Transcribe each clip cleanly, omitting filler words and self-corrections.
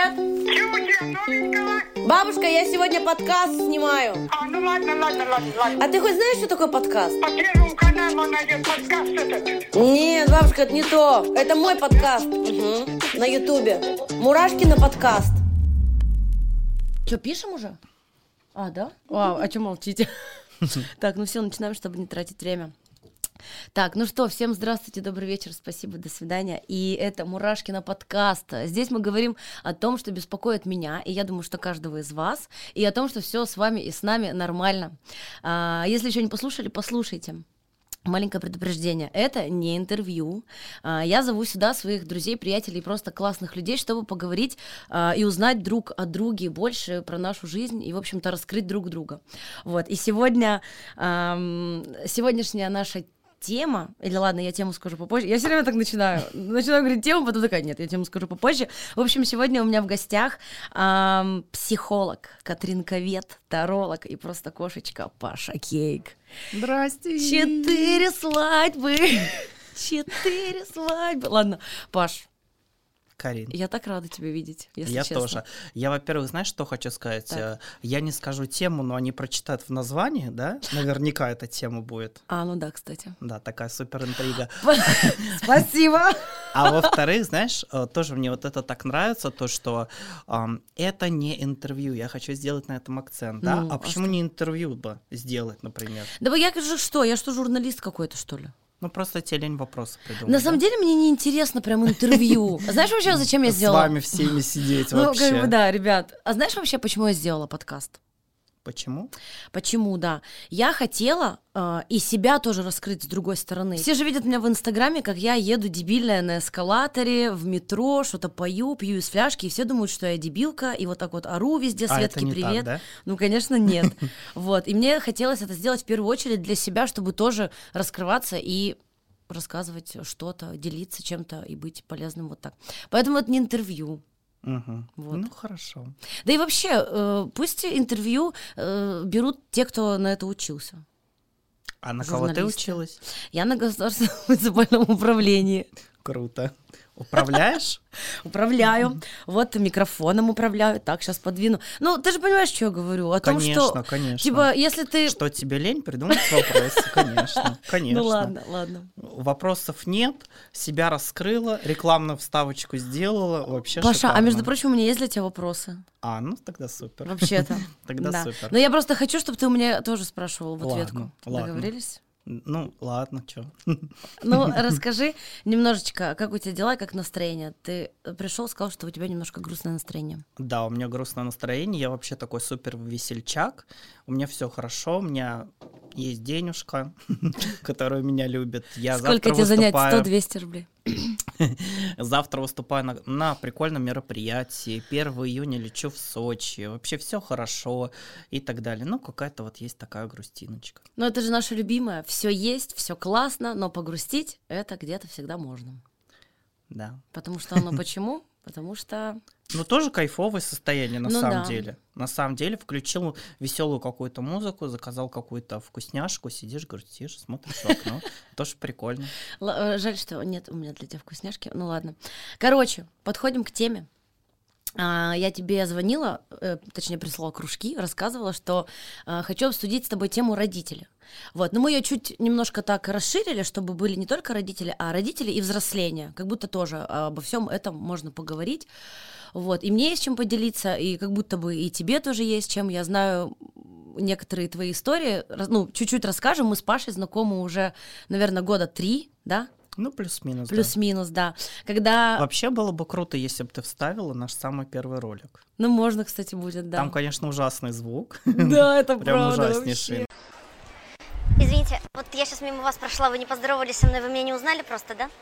привет! Бабушка, я сегодня подкаст снимаю. Ну ладно. А ты хоть знаешь, что такое подкаст? По Первому каналу найдет подкаст этот. Нет, бабушка, это не то. Это мой подкаст. Угу. На Ютубе. Мурашкина подкаст. Что, пишем уже? А, да? А что молчите? Так, ну все, начинаем, чтобы не тратить время. Так, ну что, всем здравствуйте, добрый вечер, спасибо, до свидания. И это Мурашкина подкаст. Здесь мы говорим о том, что беспокоит меня, и я думаю, что каждого из вас, и о том, что все с вами и с нами нормально. Если еще не послушали, послушайте. Маленькое предупреждение. Это не интервью. Я зову сюда своих друзей, приятелей, просто классных людей, чтобы поговорить и узнать друг о друге больше про нашу жизнь и, в общем-то, раскрыть друг друга. Вот. И сегодняшняя наша тема, или ладно, я тему скажу попозже. Я все время так начинаю говорить тему, потом такая, нет, я тему скажу попозже. В общем, сегодня у меня в гостях психолог, катринковед, таролог и просто кошечка Паша Кейк. Здрасте. 4 свадьбы. 4 свадьбы. Ладно, Паш, Карин. я так рада тебя видеть, если Я честно. тоже. Я, во-первых, знаешь, что хочу сказать? Так. Я не скажу тему, но они прочитают в названии, да? Наверняка эта тема будет. Ну да, кстати. Да, такая супер интрига. Спасибо. А во-вторых, знаешь, тоже мне вот это так нравится, то, что это не интервью. Я хочу сделать на этом акцент, да? Ну, А почему не интервью бы сделать, например? Да я же что? Я что, журналист какой-то, что ли? Ну, просто тебе лень вопросы придумать. На самом деле мне не интересно прям интервью. Знаешь вообще, зачем я сделала? С вами всеми сидеть Ну, вообще. как бы да, ребят. А знаешь вообще, почему я сделала подкаст? Почему? Почему, да. Я хотела и себя тоже раскрыть с другой стороны. Все же видят меня в Инстаграме, как я еду дебильная на эскалаторе, в метро, что-то пью из фляжки, и все думают, что я дебилка, и вот так вот ору везде, Светке, это не привет. так, да? Ну, конечно, нет. Вот. И мне хотелось это сделать в первую очередь для себя, чтобы тоже раскрываться и рассказывать что-то, делиться чем-то и быть полезным вот так. Поэтому это не интервью. Угу. Вот. Ну, хорошо. Да и вообще, пусть интервью берут те, кто на это учился. А на кого ты Журналисты. училась? Я на государственном муниципальном управлении. Круто. Управляешь? Управляю. Вот микрофоном управляю. Так, сейчас подвину. Ну, ты же понимаешь, что я говорю? О том, что, конечно. типа, если ты... Что, тебе лень придумать вопросы? Конечно, конечно. Ну, ладно. Вопросов нет, себя раскрыла, рекламную вставочку сделала, вообще Паша, шикарно. а между прочим, у меня есть для тебя вопросы. Ну тогда супер. Вообще-то. Тогда Да. супер. Но я просто хочу, чтобы ты у меня тоже спрашивал в Ладно, ответку. ладно. Договорились? Ну, ладно, чё. Ну, расскажи немножечко, как у тебя дела, как настроение? Ты пришел, сказал, что у тебя немножко грустное настроение. Да, у меня грустное настроение, я вообще такой супер весельчак, у меня все хорошо, у меня есть денежка, которая меня любит. Я Сколько тебе занять? 100-200 рублей? Завтра выступаю на прикольном мероприятии, 1 июня лечу в Сочи, вообще все хорошо и так далее. Ну, какая-то вот есть такая грустиночка. Ну, это же наша любимая. Все есть, все классно, но погрустить это где-то всегда можно. Да. Потому что оно почему? Потому что... Ну, тоже кайфовое состояние на Ну самом да. деле. На самом деле включил веселую какую-то музыку, заказал какую-то вкусняшку, сидишь, грустишь, смотришь в окно. Тоже прикольно. Жаль, что нет у меня для тебя вкусняшки. Ну ладно. Короче, подходим к теме. Я тебе звонила, точнее прислала кружки, рассказывала, что хочу обсудить с тобой тему родителей. Вот, но мы ее чуть немножко так расширили, чтобы были не только родители, а родители и взросление. Как будто тоже обо всем этом можно поговорить. Вот, и мне есть чем поделиться, и как будто бы и тебе тоже есть чем. Я знаю некоторые твои истории. Ну, чуть-чуть расскажем. Мы с Пашей знакомы уже, наверное, 3 года, да? Ну, плюс-минус. Плюс-минус, да. Когда... Вообще было бы круто, если бы ты вставила наш самый первый ролик. Ну, можно, кстати, будет, да. Там, конечно, ужасный звук. Да, это Прям правда ужаснейший. вообще. Извините, вот я сейчас мимо вас прошла, вы не поздоровались со мной, вы меня не узнали просто, да?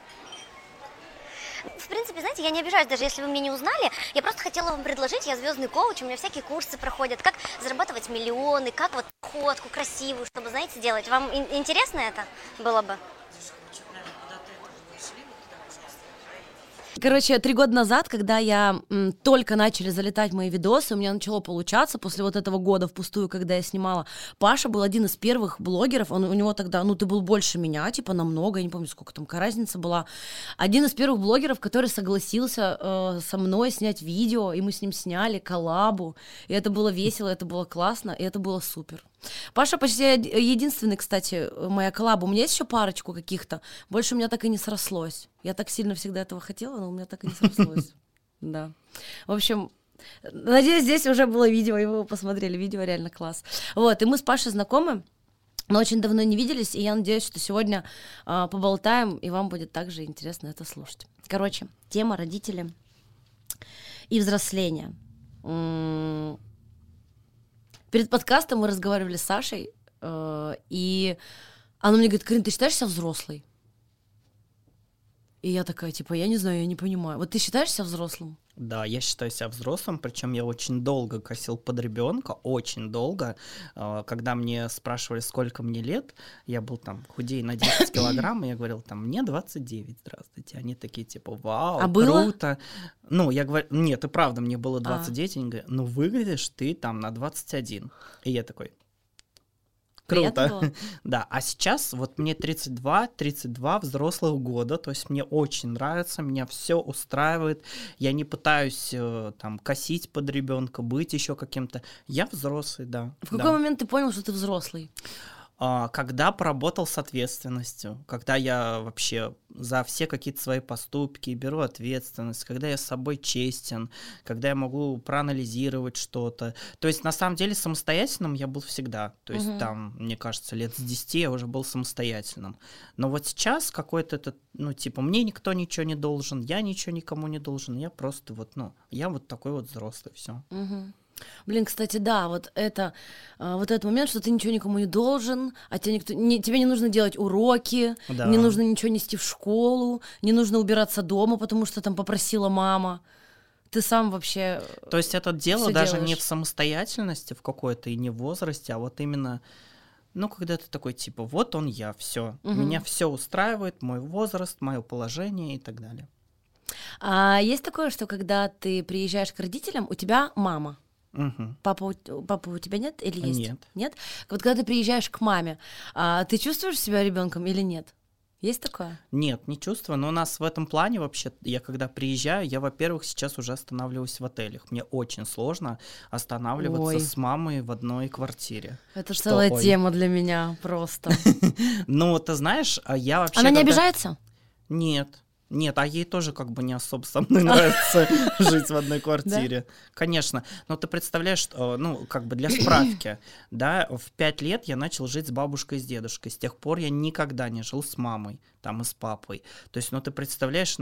В принципе, знаете, я не обижаюсь, даже если вы меня не узнали. Я просто хотела вам предложить, я звездный коуч, у меня всякие курсы проходят, как зарабатывать миллионы, как вот ходку красивую, чтобы, знаете, делать. Вам интересно это было бы? Короче, 3 года назад, когда я только начали залетать мои видосы, у меня начало получаться после вот этого года впустую, когда я снимала. Паша был один из первых блогеров, у него тогда, ты был больше меня, типа намного, я не помню, сколько там, какая разница была. Один из первых блогеров, который согласился со мной снять видео, и мы с ним сняли коллабу, и это было весело, это было классно, и это было супер. Паша почти единственный, кстати, моя коллаба. У меня есть еще парочку каких-то. Больше у меня так и не срослось. Я так сильно всегда этого хотела, но у меня так и не срослось. Да. В общем, надеюсь, здесь уже было видео, и вы его посмотрели. Видео реально класс. Вот, и мы с Пашей знакомы, но очень давно не виделись, и я надеюсь, что сегодня поболтаем, и вам будет также интересно это слушать. Короче, тема родители и взросления. Перед подкастом мы разговаривали с Сашей, и она мне говорит: Карин, ты считаешь себя взрослой? И я такая, типа, я не знаю, я не понимаю. Вот ты считаешь себя взрослым? Да, я считаю себя взрослым, причем я очень долго косил под ребенка, очень долго. Когда мне спрашивали, сколько мне лет, я был там худее на 10 килограмм, и я говорил, там, мне 29, здравствуйте. Они такие, типа, вау, круто. Ну, я говорю, нет, и правда, мне было 29, они говорят, ну, выглядишь ты там на 21. И я такой... Круто. Да, а сейчас вот мне 32 взрослых года, то есть мне очень нравится, меня все устраивает, я не пытаюсь там косить под ребенка, быть еще каким-то. Я взрослый, да. В какой момент ты понял, что ты взрослый? Когда поработал с ответственностью, когда я вообще за все какие-то свои поступки беру ответственность, когда я с собой честен, когда я могу проанализировать что-то. То есть, на самом деле, самостоятельным я был всегда. То есть, там, мне кажется, лет с 10 я уже был самостоятельным. Но вот сейчас какой-то этот, типа, мне никто ничего не должен, я ничего никому не должен, я просто вот, я вот такой вот взрослый, все. Блин, кстати, да, вот этот момент, что ты ничего никому не должен, а тебе не нужно делать уроки, да. Не нужно ничего нести в школу, не нужно убираться дома, потому что там попросила мама. Ты сам вообще... То есть это дело даже делаешь. Не в самостоятельности в какой-то и не в возрасте, а вот именно... когда ты такой, типа, вот он я, все. Меня все устраивает, мой возраст, мое положение и так далее. А есть такое, что когда ты приезжаешь к родителям, у тебя мама? Папа у тебя нет или есть? Нет. Нет? Вот когда ты приезжаешь к маме, ты чувствуешь себя ребенком или нет? Есть такое? Нет, не чувствую, но у нас в этом плане вообще, я когда приезжаю, я, во-первых, сейчас уже останавливаюсь в отелях. Мне очень сложно останавливаться с мамой в одной квартире. Это целая тема для меня просто. Ты знаешь, я вообще... Она не обижается? Нет, а ей тоже как бы не особо со мной нравится жить в одной квартире. Конечно. Но ты представляешь, для справки, да, в 5 лет я начал жить с бабушкой и с дедушкой. С тех пор я никогда не жил с мамой, там, и с папой. То есть, ты представляешь,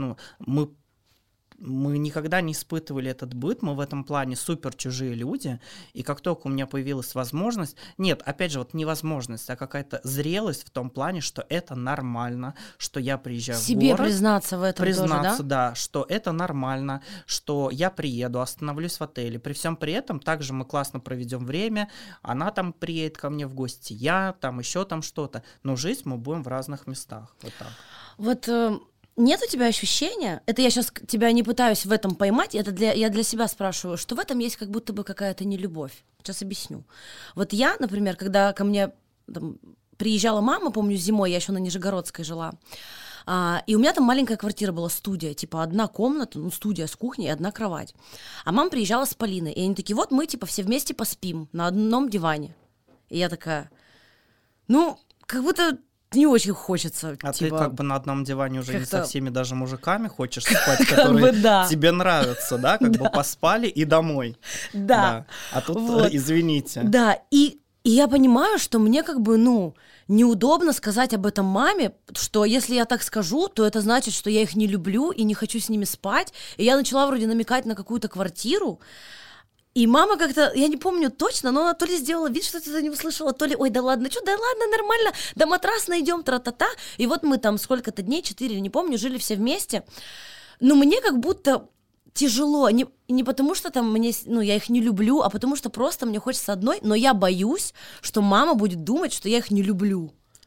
мы никогда не испытывали этот быт, мы в этом плане супер чужие люди, и как только у меня появилась возможность, нет, опять же, вот не возможность, а какая-то зрелость в том плане, что это нормально, что я приезжаю в город. Себе признаться в этом тоже, да, что это нормально, что я приеду, остановлюсь в отеле, при всем при этом также мы классно проведем время, она там приедет ко мне в гости, я там еще там что-то, но жить мы будем в разных местах, вот так. Вот... Нет у тебя ощущения, это я сейчас тебя не пытаюсь в этом поймать, я для себя спрашиваю, что в этом есть как будто бы какая-то нелюбовь. Сейчас объясню. Вот я, например, когда ко мне приезжала мама, помню, зимой, я еще на Нижегородской жила, и у меня там маленькая квартира была, студия, типа одна комната, студия с кухней и одна кровать. А мама приезжала с Полиной, и они такие, вот мы типа все вместе поспим на одном диване. И я такая, как будто... Не очень хочется. А ты как бы на одном диване уже не со всеми даже мужиками хочешь спать, которые тебе нравятся, да? Как бы поспали и домой. Да. А тут, извините. Да, и я понимаю, что мне как бы, неудобно сказать об этом маме, что если я так скажу, то это значит, что я их не люблю и не хочу с ними спать. И я начала вроде намекать на какую-то квартиру, и мама как-то, я не помню точно, но она то ли сделала вид, что ты это не услышала, то ли, ой, да ладно, нормально, да матрас найдем, тра-та-та. И вот мы там сколько-то дней, 4, не помню, жили все вместе. Но мне как будто тяжело, не потому что там я их не люблю, а потому что просто мне хочется одной, но я боюсь, что мама будет думать, что я их не люблю.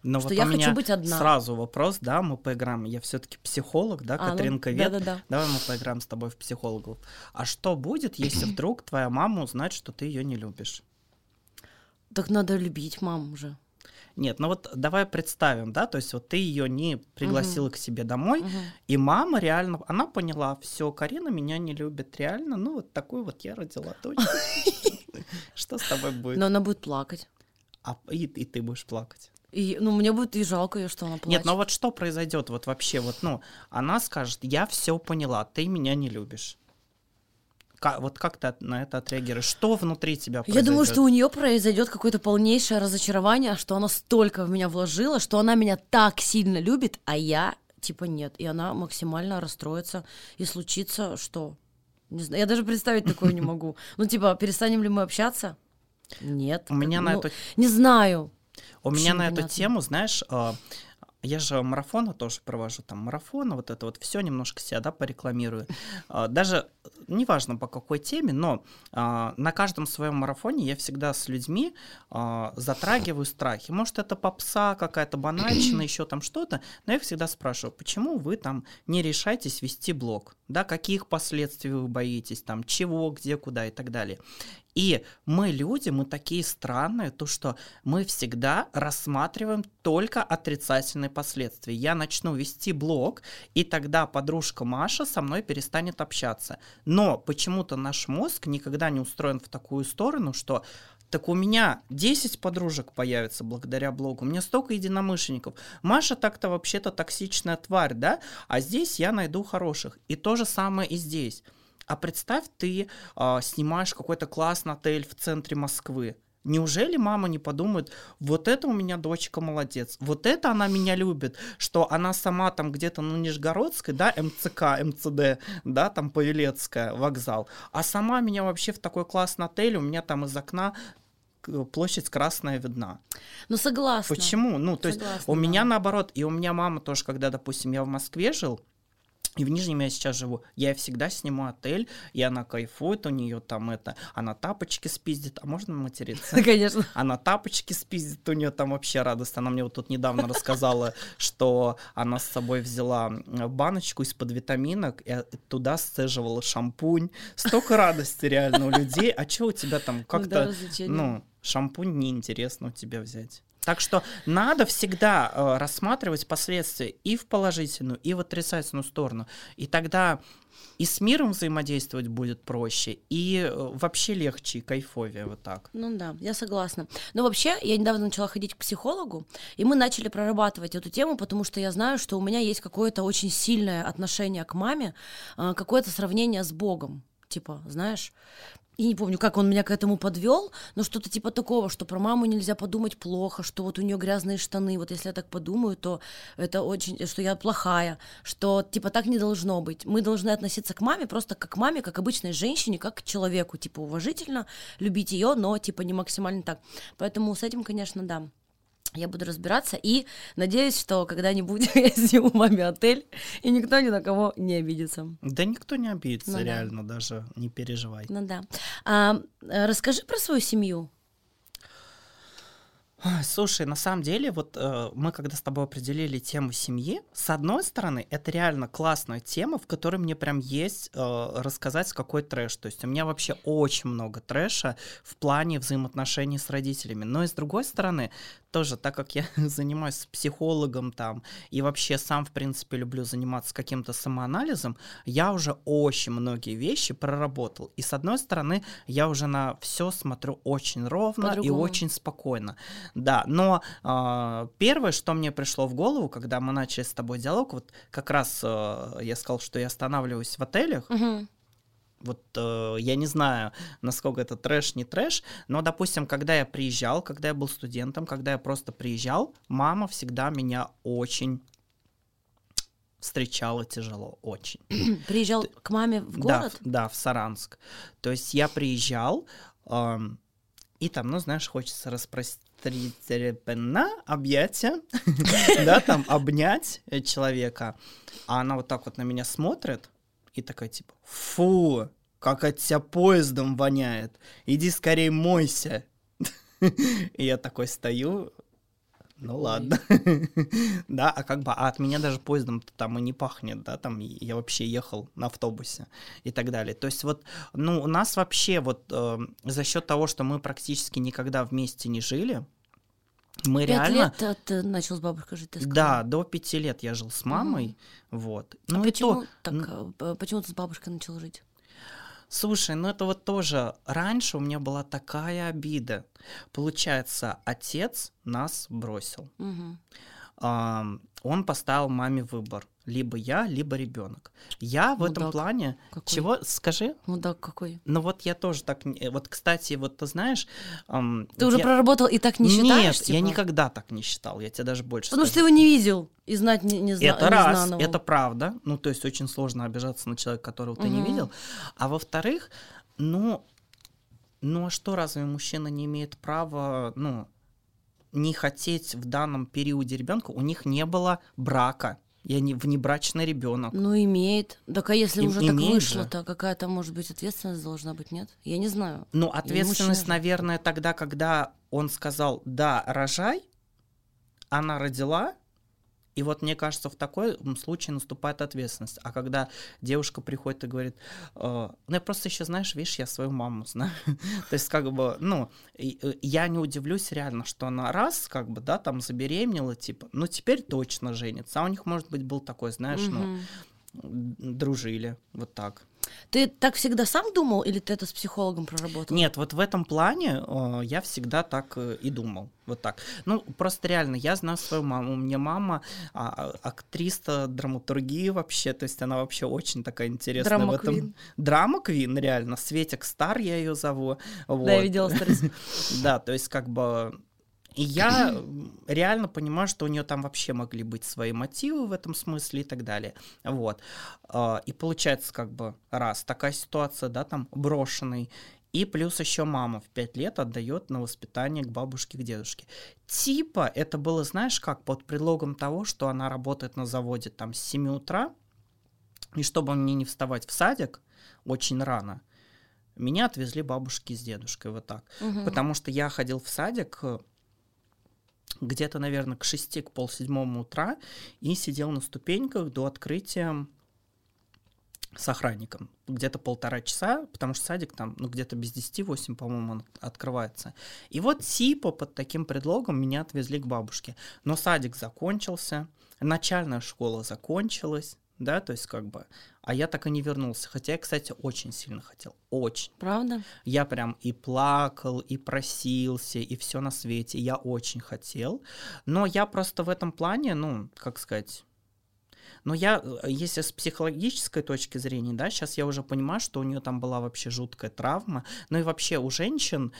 Но что вот я у меня хочу быть одна. сразу вопрос, да, мы поиграем. Я все-таки психолог, да, Катринка Вет. Да. Давай мы поиграем с тобой в психологов. А что будет, если вдруг твоя мама узнает, что ты ее не любишь? Так надо любить маму же. Нет, ну вот давай представим, да, то есть вот ты ее не пригласила к себе домой, и мама реально, она поняла, все, Карина меня не любит реально, ну вот такую вот я родила дочь. Что с тобой будет? Но она будет плакать. И ты будешь плакать. Мне будет и жалко ее, что она плачет. Нет, но вот что произойдет вот вообще, вот, ну, она скажет, я все поняла, ты меня не любишь. Вот как ты на это отреагируешь? Что внутри тебя произойдет? Я думаю, что у нее произойдет какое-то полнейшее разочарование, что она столько в меня вложила, что она меня так сильно любит, а я типа нет. И она максимально расстроится. И случится что? Не знаю. Я даже представить такое не могу. Ну, типа, перестанем ли мы общаться? Нет. У меня на эту... Не знаю. У меня на эту тему, знаешь... Я же марафоны тоже провожу, там марафоны, вот это вот все немножко себя, да, порекламирую. Даже неважно по какой теме, но на каждом своем марафоне я всегда с людьми затрагиваю страхи. Может, это попса, какая-то банальщина, еще там что-то, но я всегда спрашиваю, почему вы там не решаетесь вести блог, да, каких последствий вы боитесь, там, чего, где, куда и так далее. И мы люди, мы такие странные, то что мы всегда рассматриваем только отрицательные последствия. Я начну вести блог, и тогда подружка Маша со мной перестанет общаться. Но почему-то наш мозг никогда не устроен в такую сторону, что так у меня 10 подружек появится благодаря блогу, у меня столько единомышленников. Маша так-то вообще-то токсичная тварь, да? А здесь я найду хороших. И то же самое и здесь. А представь, ты снимаешь какой-то классный отель в центре Москвы. Неужели мама не подумает, вот это у меня дочка молодец, вот это она меня любит, что она сама там где-то на Нижегородской, да, МЦК, МЦД, да, там Павелецкая, вокзал, а сама меня вообще в такой классный отель, у меня там из окна площадь Красная видна. Ну, согласна. Почему? Ну, то согласна, есть у меня наоборот, и у меня мама тоже, когда, допустим, я в Москве жил, и в Нижнем я сейчас живу, я всегда сниму отель, и она кайфует, у нее там это, она тапочки спиздит, а можно материться? Конечно. Она тапочки спиздит, у нее там вообще радость. Она мне вот тут недавно рассказала, что она с собой взяла баночку из-под витаминок и туда сцеживала шампунь. Столько радости реально у людей. А что у тебя там как-то, шампунь неинтересно у тебя взять. Так что надо всегда рассматривать последствия и в положительную, и в отрицательную сторону. И тогда и с миром взаимодействовать будет проще, и вообще легче, и кайфовее вот так. Ну да, я согласна. Но вообще, я недавно начала ходить к психологу, и мы начали прорабатывать эту тему, потому что я знаю, что у меня есть какое-то очень сильное отношение к маме, какое-то сравнение с Богом. Типа, знаешь... Я не помню, как он меня к этому подвел, но что-то типа такого, что про маму нельзя подумать плохо, что вот у нее грязные штаны, вот если я так подумаю, то это очень, что я плохая, что типа так не должно быть. Мы должны относиться к маме просто как к маме, как к обычной женщине, как к человеку, типа уважительно, любить ее, но типа не максимально так. Поэтому с этим, конечно, да. Я буду разбираться и надеюсь, что когда-нибудь я сниму маме отель, и никто ни на кого не обидится. Да никто не обидится, реально, даже не переживай. Ну да. Расскажи про свою семью. Слушай, на самом деле, вот мы когда с тобой определили тему семьи, с одной стороны, это реально классная тема, в которой мне прям есть рассказать, какой трэш. То есть у меня вообще очень много трэша в плане взаимоотношений с родителями. Но и с другой стороны, тоже, так как я занимаюсь психологом там и вообще сам, в принципе, люблю заниматься каким-то самоанализом, я уже очень многие вещи проработал. И с одной стороны, я уже на все смотрю очень ровно и очень спокойно. Да, но первое, что мне пришло в голову, когда мы начали с тобой диалог, вот как раз я сказал, что я останавливаюсь в отелях. Вот я не знаю, насколько это трэш, не трэш, но, допустим, когда я приезжал, когда я был студентом, когда я просто приезжал, мама всегда меня очень встречала тяжело, очень. Приезжал к маме в город? Да, в Саранск. То есть я приезжал, и там, ну, знаешь, хочется распространить объятия, да, там, обнять человека, а она вот так вот на меня смотрит, и такая типа, фу, как от тебя поездом воняет, иди скорее мойся. И я такой стою, Ну ладно. Да, а от меня даже поездом там и не пахнет, да, там я вообще ехал на автобусе и так далее. То есть вот, у нас вообще вот за счет того, что мы практически никогда вместе не жили, мы 5 реально... лет ты начал с бабушкой жить, ты сказал? Да, до 5 лет я жил с мамой, вот. Ну и почему почему ты с бабушкой начал жить? Слушай, это вот тоже раньше у меня была такая обида. Получается, отец нас бросил. Он поставил маме выбор: либо я, либо ребенок. Я в этом плане... Какой? Чего? Скажи. Мудак какой. Вот я тоже так... Вот, кстати, вот ты знаешь... Ты уже проработал и так не считаешь? Нет, я никогда так не считал. Я тебе даже больше Потому скажу. что ты его не видел и знать не знал. Это раз, это правда. То есть очень сложно обижаться на человека, которого ты не видел. А во-вторых, а что, разве мужчина не имеет права, не хотеть в данном периоде ребенка? У них не было брака. Я не внебрачный ребенок. Имеет. Так а если уже так вышло, же. то какая-то, может быть, ответственность должна быть, нет? Я не знаю. Ответственность, наверное, тогда, когда он сказал: да, рожай, она родила. И вот мне кажется, в таком случае наступает ответственность. А когда девушка приходит и говорит: я просто еще, знаешь, видишь, я свою маму знаю. То есть, я не удивлюсь реально, что она там забеременела, теперь точно женится. А у них, может быть, был такой, знаешь, дружили, вот так. Ты так всегда сам думал, или ты это с психологом проработал? Нет, вот в этом плане я всегда так и думал. Вот так. Просто реально, я знаю свою маму. У меня мама актриса драматургии вообще, то есть она вообще очень такая интересная в этом. Драма-квин, реально. Светик Стар я ее зову. Да, я видела сторис. Да, то есть И я реально понимаю, что у нее там вообще могли быть свои мотивы в этом смысле и так далее. Вот. И получается, раз такая ситуация, да, там брошенный, и плюс еще мама в 5 лет отдает на воспитание к бабушке, к дедушке. Это было, знаешь, под предлогом того, что она работает на заводе там с 7 утра, и чтобы мне не вставать в садик очень рано, меня отвезли бабушки с дедушкой, вот так. Потому что я ходил в садик где-то, наверное, к 6, к 6:30 утра и сидел на ступеньках до открытия с охранником. Где-то 1,5 часа, потому что садик там, где-то без 10-8, по-моему, он открывается. И вот под таким предлогом меня отвезли к бабушке. Но садик закончился, начальная школа закончилась, да, то есть а я так и не вернулся. Хотя я, кстати, очень сильно хотел. Очень. Правда? Я прям и плакал, и просился, и все на свете. Я очень хотел. Но я просто в этом плане, если с психологической точки зрения, да, сейчас я уже понимаю, что у нее там была вообще жуткая травма. И вообще у женщин,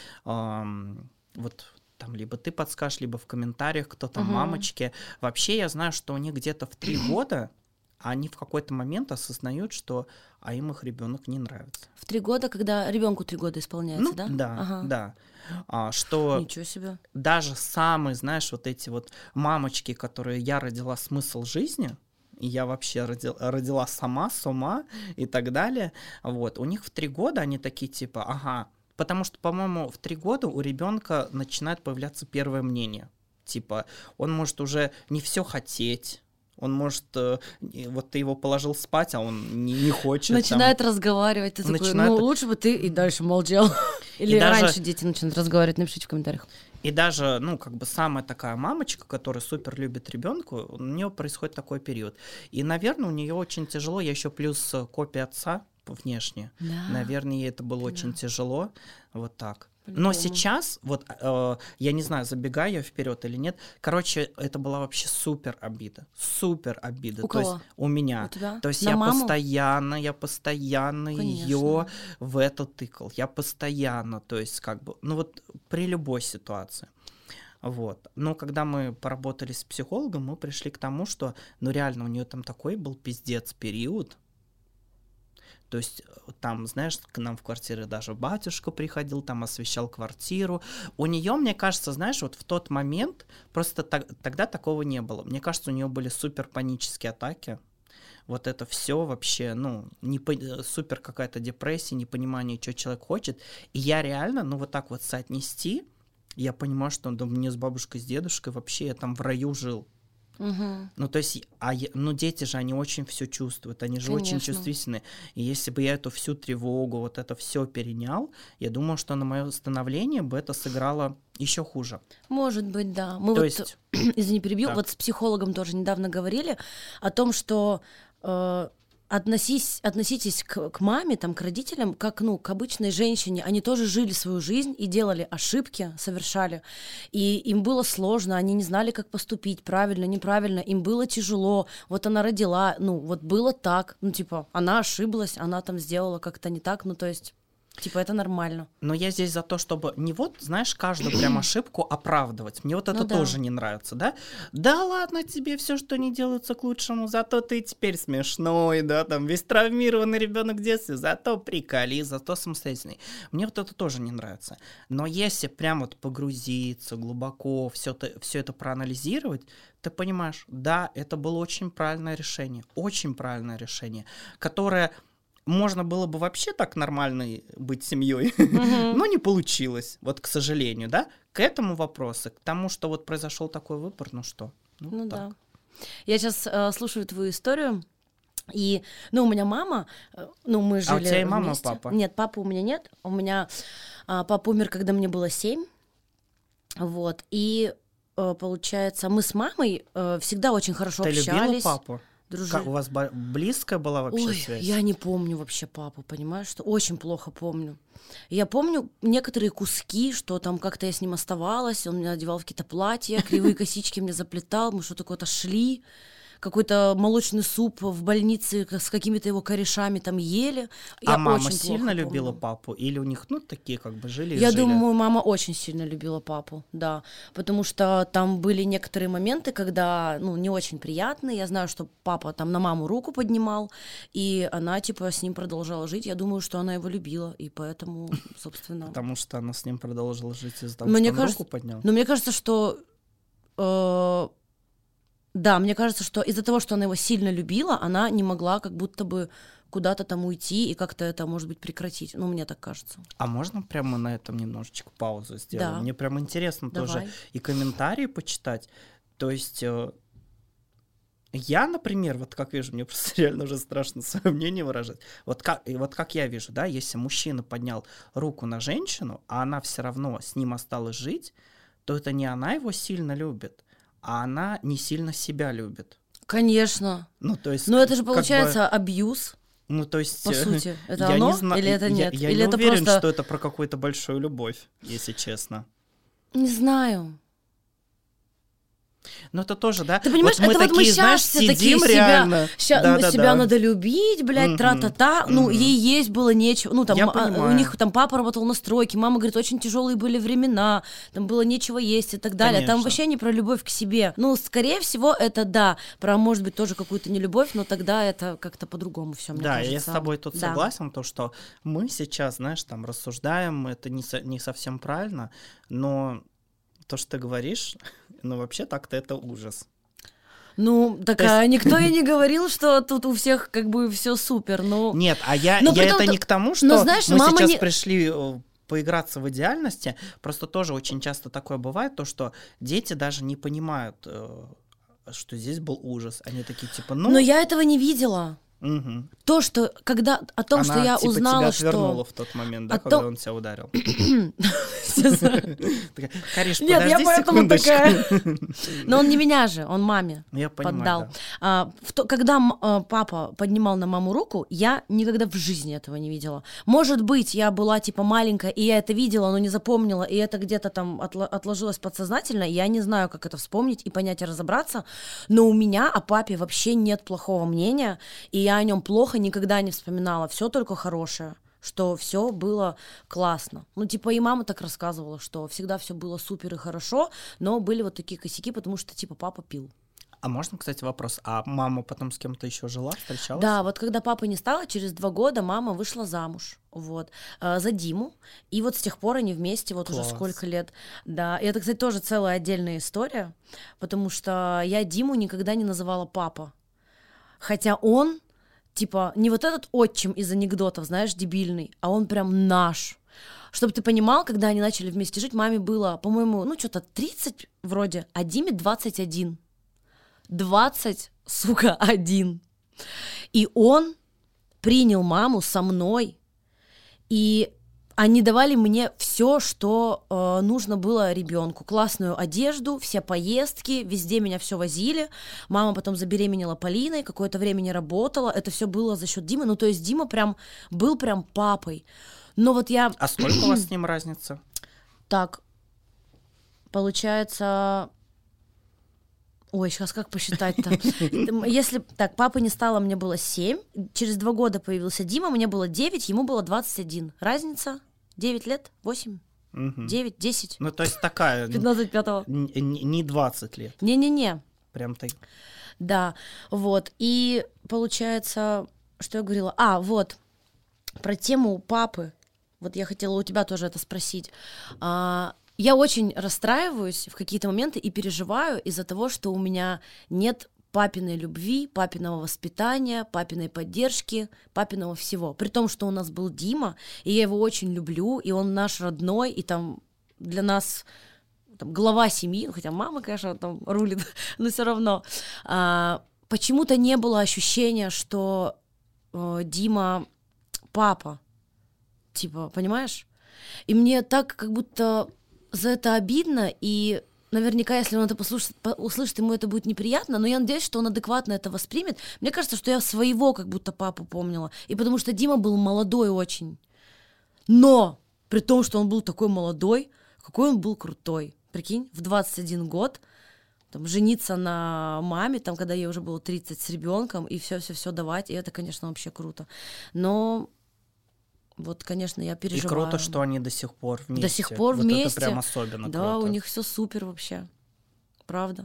там либо ты подскажешь, либо в комментариях, кто там мамочки. Вообще я знаю, что у них где-то в 3 года они в какой-то момент осознают, что им их ребенок не нравится. В 3 года, когда ребенку 3 года исполняется, да? Да, да. Что Ничего себе. Даже самые, знаешь, вот эти вот мамочки, которые я родила смысл жизни, и я вообще родила сама, с ума и так далее, вот, у них в 3 года они такие потому что, по-моему, в 3 года у ребенка начинает появляться первое мнение. Он может уже не все хотеть, он может, вот ты его положил спать, а он не хочет. Начинает разговаривать, ты такой, лучше бы ты и дальше молчал. Или раньше дети начинают разговаривать, напишите в комментариях. И даже, самая такая мамочка, которая супер любит ребенка, у нее происходит такой период. И, наверное, у нее очень тяжело, я еще плюс копия отца внешне. Да. Наверное, ей это было очень тяжело, вот так. Но сейчас, я не знаю, забегаю я вперед или нет, это была вообще супер обида. У кого? То есть у меня. У тебя? То есть я постоянно ее в это тыкал. Я постоянно, то есть при любой ситуации. Вот. Но когда мы поработали с психологом, мы пришли к тому, что, реально у нее там такой был пиздец период. То есть там, знаешь, к нам в квартиру даже батюшка приходил, там освещал квартиру. У нее, мне кажется, знаешь, вот в тот момент просто тогда такого не было. Мне кажется, у нее были супер панические атаки. Вот это все вообще, супер какая-то депрессия, непонимание, что человек хочет. И я реально, вот так вот соотнести я понимаю, что мне с бабушкой, с дедушкой вообще я там в раю жил. Ну, то есть, дети же, они очень все чувствуют, они же очень чувствительны. И если бы я эту всю тревогу, вот это все перенял, я думаю, что на мое становление бы это сыграло еще хуже. Может быть, да. Мы то есть... извини, перебью, вот с психологом тоже недавно говорили о том, что относитесь к маме, там, к родителям, как, к обычной женщине. Они тоже жили свою жизнь и делали ошибки, совершали. И им было сложно, они не знали, как поступить, правильно, неправильно. Им было тяжело. Вот она родила, вот было так. Она ошиблась, она там сделала как-то не так. То есть... это нормально. Но я здесь за то, чтобы не знаешь, каждую прям ошибку оправдывать. Мне вот это тоже не нравится, да? Да ладно тебе, все, что не делается к лучшему, зато ты теперь смешной, да, там весь травмированный ребенок в детстве, зато приколи, зато самостоятельный. Мне вот это тоже не нравится. Но если прям вот погрузиться глубоко, все это проанализировать, ты понимаешь, да, это было очень правильное решение, которое... Можно было бы вообще так нормально быть семьей, но не получилось, вот, к сожалению, да? К этому вопросу, к тому, что вот произошел такой выбор, так. Да. Я сейчас слушаю твою историю, и, у меня мама, мы жили вместе. А у тебя и мама, папа? Нет, папы у меня нет. У меня папа умер, когда мне было 7, вот, и, получается, мы с мамой всегда очень хорошо общались. Ты любила папу? Как, у вас близкая была вообще связь? Я не помню вообще папу, понимаешь, что очень плохо помню. Я помню некоторые куски, что там как-то я с ним оставалась, он меня одевал в какие-то платья, кривые косички мне заплетал, мы что-то куда-то шли, какой-то молочный суп в больнице с какими-то его корешами там ели. А мама сильно любила папу? Или у них, такие как бы жили? Я думаю, мама очень сильно любила папу, да. Потому что там были некоторые моменты, когда, не очень приятные. Я знаю, что папа там на маму руку поднимал, и она, с ним продолжала жить. Я думаю, что она его любила, и поэтому, собственно... Потому что она с ним продолжила жить из-за того, что он руку поднял? Мне кажется, что... Да, мне кажется, что из-за того, что она его сильно любила, она не могла как будто бы куда-то там уйти и как-то это, может быть, прекратить. мне так кажется. А можно прямо на этом немножечко паузу сделать? Да. Мне прям интересно тоже и комментарии почитать. То есть я, например, вот как вижу, мне просто реально уже страшно свое мнение выражать. Вот как я вижу, да, если мужчина поднял руку на женщину, а она все равно с ним осталась жить, то это не она его сильно любит, а она не сильно себя любит. Конечно. То есть... это же получается абьюз. То есть... По сути. Это оно? Или это нет? Я Или не это уверен, просто... что это про какую-то большую любовь, если честно. Не знаю. Это тоже, да? Ты понимаешь, вот мы это такие, мы сейчас знаешь, все сидим такие реально. себя надо любить, блядь, тра-та-та. Ей есть было нечего. Я У них там папа работал на стройке, мама говорит, очень тяжелые были времена, там было нечего есть и так далее. Конечно. Там вообще не про любовь к себе. Скорее всего, это да, про, может быть, тоже какую-то нелюбовь, но тогда это как-то по-другому все, мне кажется. Да, я с тобой тут согласен, то, что мы сейчас, знаешь, там рассуждаем, это не совсем правильно, но то, что ты говоришь, вообще так-то это ужас. Никто и не говорил, что тут у всех как бы все супер, Нет, я это не к тому, что знаешь, мы сейчас пришли поиграться в идеальности, просто тоже очень часто такое бывает, то, что дети даже не понимают, что здесь был ужас. Они такие, Но я этого не видела. Угу. То, что когда о том, она, что я узнала, тебя отвернула в тот момент, да, когда он тебя ударил. Кариш, нет, я поэтому такая. Но он не меня же, он маме поддал. Когда папа поднимал на маму руку, я никогда в жизни этого не видела. Может быть, я была маленькая, и я это видела, но не запомнила, и это где-то там отложилось подсознательно. Я не знаю, как это вспомнить и понять и разобраться. Но у меня о папе вообще нет плохого мнения, и я о нем плохо никогда не вспоминала, все только хорошее, что все было классно. И мама так рассказывала, что всегда все было супер и хорошо, но были вот такие косяки, потому что папа пил. А можно, кстати, вопрос, а мама потом с кем-то еще жила, встречалась? Да, вот когда папы не стало, через 2 года мама вышла замуж, за Диму, и вот с тех пор они вместе, вот уже сколько лет. Да, и это, кстати, тоже целая отдельная история, потому что я Диму никогда не называла папа, хотя он не вот этот отчим из анекдотов, знаешь, дебильный, а он прям наш. Чтобы ты понимал, когда они начали вместе жить, маме было, по-моему, что-то 30 вроде, а Диме 21. 21. И он принял маму со мной, и они давали мне все, что нужно было ребенку. Классную одежду, все поездки, везде меня все возили. Мама потом забеременела Полиной, какое-то время не работала. Это все было за счет Димы. То есть Дима был прям папой. Но вот я... А сколько у вас с ним разница? Так, получается... Ой, сейчас как посчитать-то? Если так, папы не стало, мне было 7. Через 2 года появился Дима, мне было 9, ему было 21. Разница 9 лет, 8, 9, 10. Ну, то есть такая... 15-5. Не 20 лет. Не-не-не. Прям так. Да, вот. И получается, что я говорила? Вот, про тему папы. Вот я хотела у тебя тоже это спросить. Я очень расстраиваюсь в какие-то моменты и переживаю из-за того, что у меня нет папиной любви, папиного воспитания, папиной поддержки, папиного всего. При том, что у нас был Дима, и я его очень люблю, и он наш родной, и там для нас там, глава семьи, хотя мама, конечно, там рулит, но все равно. Почему-то не было ощущения, что Дима папа, типа, понимаешь? И мне так как будто... За это обидно, и наверняка, если он это услышит, ему это будет неприятно, но я надеюсь, что он адекватно это воспримет. Мне кажется, что я своего как будто папу помнила, и потому что Дима был молодой очень. Но при том, что он был такой молодой, какой он был крутой. Прикинь, в 21 год там, жениться на маме, там, когда ей уже было 30 с ребенком, и все давать, и это, конечно, вообще круто. Но... Вот, конечно, я переживаю. И круто, что они до сих пор вместе. До сих пор вот вместе. Это прям особенно круто. Да, у них все супер вообще. Правда.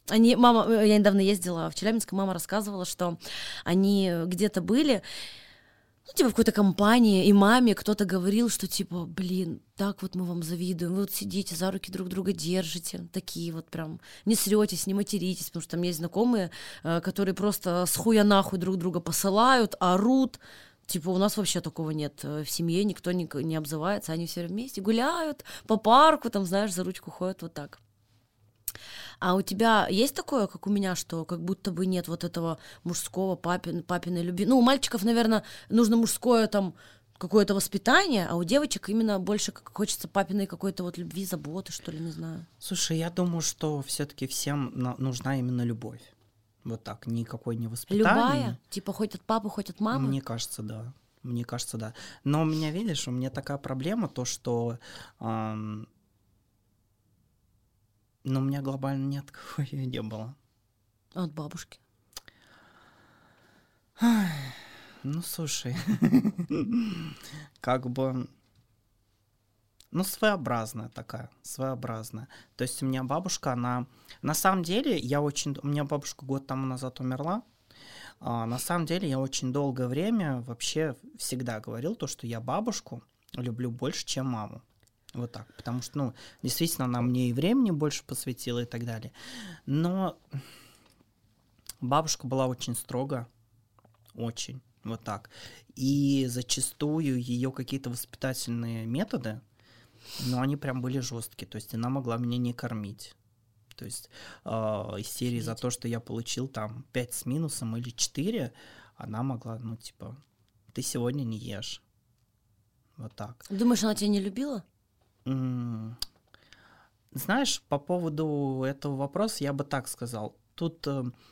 Я недавно ездила в Челябинск, мама рассказывала, что они где-то были, в какой-то компании, и маме кто-то говорил, что типа, так вот мы вам завидуем, вы вот сидите, за руки друг друга держите, такие вот прям, не срётесь, не материтесь, потому что там есть знакомые, которые просто с хуя нахуй друг друга посылают, орут. Типа у нас вообще такого нет. В семье никто не обзывается, они все вместе гуляют по парку, там, знаешь, за ручку ходят вот так. А у тебя есть такое, как у меня, что как будто бы нет вот этого мужского папиной любви? У мальчиков, наверное, нужно мужское там какое-то воспитание, а у девочек именно больше хочется папиной какой-то вот любви, заботы, что ли, не знаю. Слушай, я думаю, что все-таки всем нужна именно любовь. Вот так, никакой не воспитание. Любая? Типа хоть от папы, хоть от мамы? Мне кажется, да. Но у меня, видишь, у меня такая проблема, то, что у меня глобально ни от кого ее не было. А от бабушки? Слушай, как бы... своеобразная такая, своеобразная. То есть у меня бабушка, она... На самом деле, у меня бабушка год тому назад умерла. На самом деле, я очень долгое время вообще всегда говорил то, что я бабушку люблю больше, чем маму. Вот так. Потому что, действительно, она мне и времени больше посвятила и так далее. Но бабушка была очень строга. Очень. Вот так. И зачастую ее какие-то воспитательные методы, они прям были жесткие. То есть она могла меня не кормить. То есть из серии за то, что я получил там 5 с минусом или 4, она могла, ты сегодня не ешь. Вот так. Думаешь, она тебя не любила? Знаешь, по поводу этого вопроса я бы так сказал. Тут,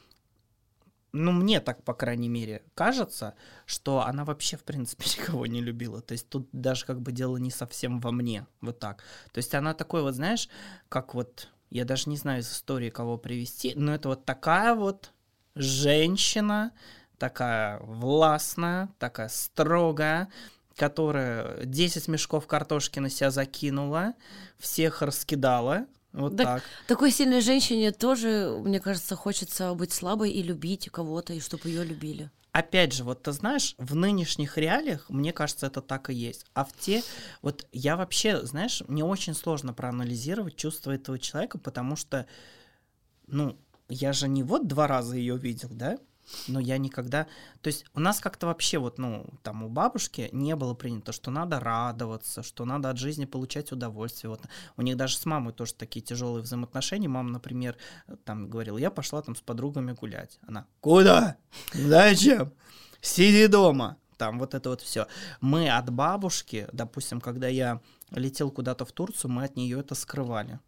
мне так, по крайней мере, кажется, что она вообще, в принципе, никого не любила. То есть тут даже как бы дело не совсем во мне. Вот так. То есть она такой вот, знаешь, как вот, я даже не знаю из истории, кого привести, но это вот такая вот женщина, такая властная, такая строгая, которая 10 мешков картошки на себя закинула, всех раскидала. Вот так. Такой сильной женщине тоже, мне кажется, хочется быть слабой и любить кого-то, и чтобы ее любили. Опять же, вот ты знаешь, в нынешних реалиях, мне кажется, это так и есть. А в те... Вот я вообще, знаешь, мне очень сложно проанализировать чувства этого человека, потому что, я же не вот 2 раза ее видел, да? Но я никогда... То есть у нас как-то вообще вот, ну, там у бабушки не было принято, что надо радоваться, что надо от жизни получать удовольствие. Вот у них даже с мамой тоже такие тяжелые взаимоотношения. Мама, например, там говорила, я пошла там с подругами гулять. Она, куда? Зачем? Сиди дома. Там вот это вот все. Мы от бабушки, допустим, когда я летел куда-то в Турцию, мы от нее это скрывали.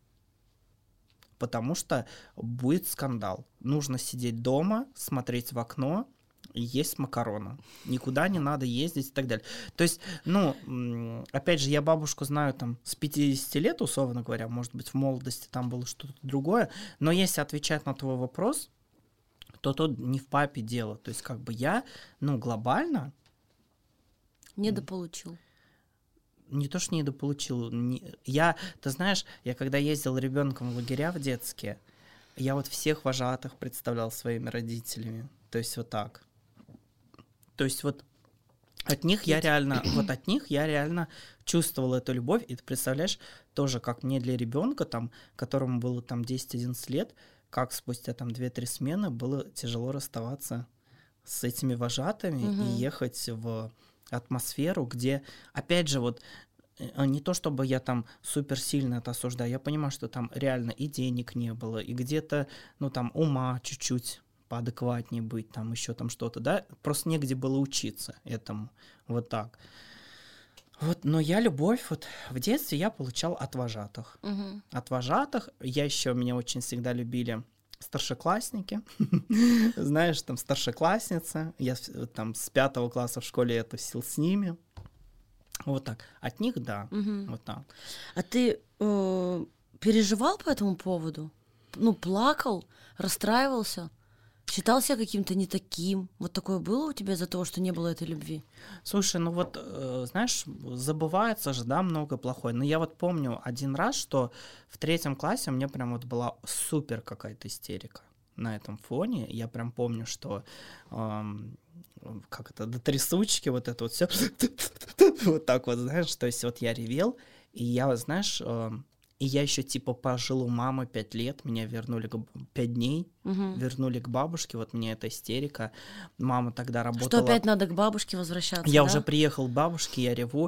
Потому что будет скандал. Нужно сидеть дома, смотреть в окно и есть макароны. Никуда не надо ездить и так далее. То есть, ну, опять же, я бабушку знаю там с 50 лет, условно говоря, может быть, в молодости там было что-то другое, но если отвечать на твой вопрос, то тут не в папе дело. То есть, как бы я, ну, глобально... Недополучил. Не то, что недополучил. Ты знаешь, я когда ездил ребенком в лагеря в детские, я вот всех вожатых представлял своими родителями. То есть вот так. То есть вот от них я реально чувствовал эту любовь. И ты представляешь, тоже как мне для ребенка, там, которому было там 10-11 лет, как спустя там 2-3 смены было тяжело расставаться с этими вожатыми и ехать в атмосферу, где, опять же, вот не то чтобы я там супер сильно это осуждаю, я понимаю, что там реально и денег не было, и где-то, ну, там, ума чуть-чуть поадекватнее быть, там, еще там что-то, да, просто негде было учиться этому, вот так. Вот, но я любовь вот в детстве я получал от вожатых. От вожатых, меня очень всегда любили старшеклассники, знаешь, там старшеклассница, я там с 5 класса в школе я тусил с ними, вот так, от них, да, вот так. А ты переживал по этому поводу? Ну, плакал, расстраивался? Считал себя каким-то не таким? Вот такое было у тебя из-за того, что не было этой любви? Слушай, ну вот, знаешь, забывается же, да, много плохое. Но я вот помню один раз, что в 3 классе у меня прям вот была супер какая-то истерика на этом фоне. Я прям помню, что как это, до трясучки, вот это вот все вот так вот, знаешь, то есть вот я ревел, и я, знаешь... И я еще типа пожил у мамы 5 лет, меня вернули 5 дней, вернули к бабушке, вот мне эта истерика. Мама тогда работала... Что опять надо к бабушке возвращаться, Я да? уже приехал к бабушке, я реву.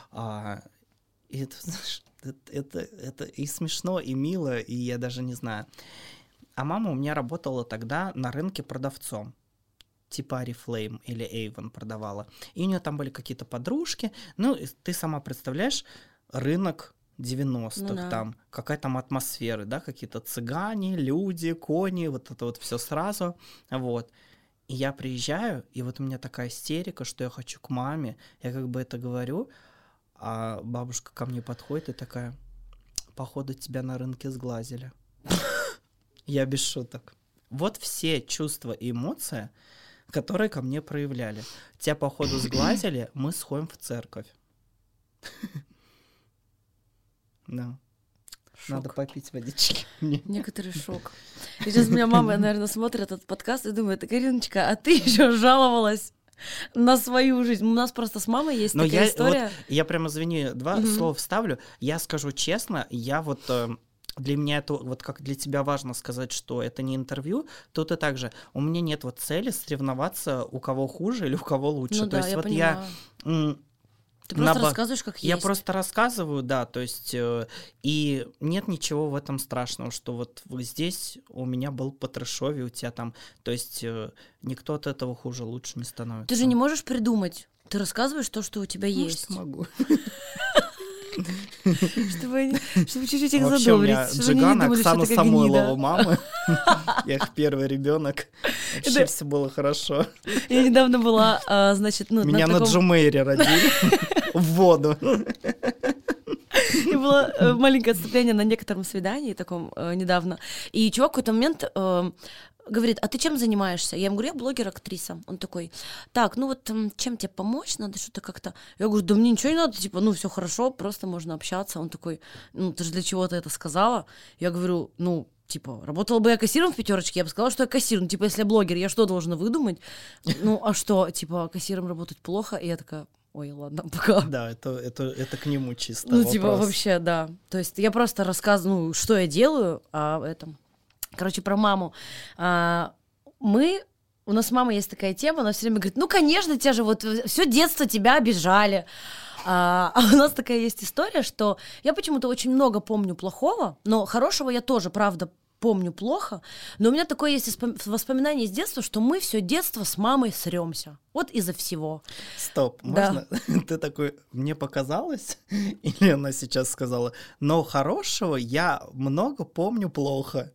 И это, знаешь, это и смешно, и мило, и я даже не знаю. А мама у меня работала тогда на рынке продавцом. Типа Oriflame или Avon продавала. И у нее там были какие-то подружки. Ну, ты сама представляешь, рынок 90-х, ну, да. Там какая там атмосфера, да, какие-то цыгане, люди, кони, вот это вот все сразу, вот. И я приезжаю, и вот у меня такая истерика, что я хочу к маме, я как бы это говорю, а бабушка ко мне подходит и такая, походу тебя на рынке сглазили. Я без шуток. Вот все чувства и эмоции, которые ко мне проявляли. Тебя, походу, сглазили, мы сходим в церковь. Да. Шок. Надо попить водички. Некоторый шок. И сейчас меня мама, наверное, смотрит этот подкаст и думает, Кариночка, а ты еще жаловалась на свою жизнь. У нас просто с мамой есть такая история. Вот, я прямо, извини, 2 слова вставлю. Я скажу честно, я вот... Для меня это, вот как для тебя важно сказать, что это не интервью, тут и так же. У меня нет вот цели соревноваться, у кого хуже или у кого лучше. Ну, то да, есть я вот понимаю. Ты просто рассказываешь, как есть. Я просто рассказываю, да, то есть и нет ничего в этом страшного, что вот здесь у меня был по трэшове, у тебя там, то есть никто от этого хуже, лучше не становится. Ты же не можешь придумать, ты рассказываешь то, что у тебя есть. Может, могу. Чтобы чуть-чуть их вообще, задобрить. У меня Джиган, Оксана Самойлова, мама. Я их первый ребенок. Вообще все было хорошо. Я недавно была, значит, меня на Джумейре родили в воду. И было маленькое отступление на некотором свидании таком недавно. И чувак в какой-то момент говорит, а ты чем занимаешься? Я ему говорю, я блогер-актриса. Он такой, так, ну вот чем тебе помочь? Надо что-то как-то... Я говорю, да мне ничего не надо, типа, ну все хорошо, просто можно общаться. Он такой, ну ты же для чего ты это сказала? Я говорю, ну, типа, работала бы я кассиром в 5, я бы сказала, что я кассир. Ну, типа, если я блогер, я что должна выдумать? Ну, а что, типа, кассиром работать плохо? И я такая... Ой, ладно, пока. Да, это к нему чисто Ну, вопрос. типа, вообще, да. То есть я просто рассказываю, что я делаю, а этом... Короче, про маму. Мы у нас с мамой есть такая тема, она все время говорит, ну, конечно, тебя же вот все детство тебя обижали. А у нас такая есть история, что я почему-то очень много помню плохого, но хорошего я тоже, правда, помню плохо, но у меня такое есть воспоминание из детства, что мы все детство с мамой срёмся. Вот из-за всего. Стоп, Да. можно? Ты такой, мне показалось? Или она сейчас сказала, но хорошего я много помню плохо.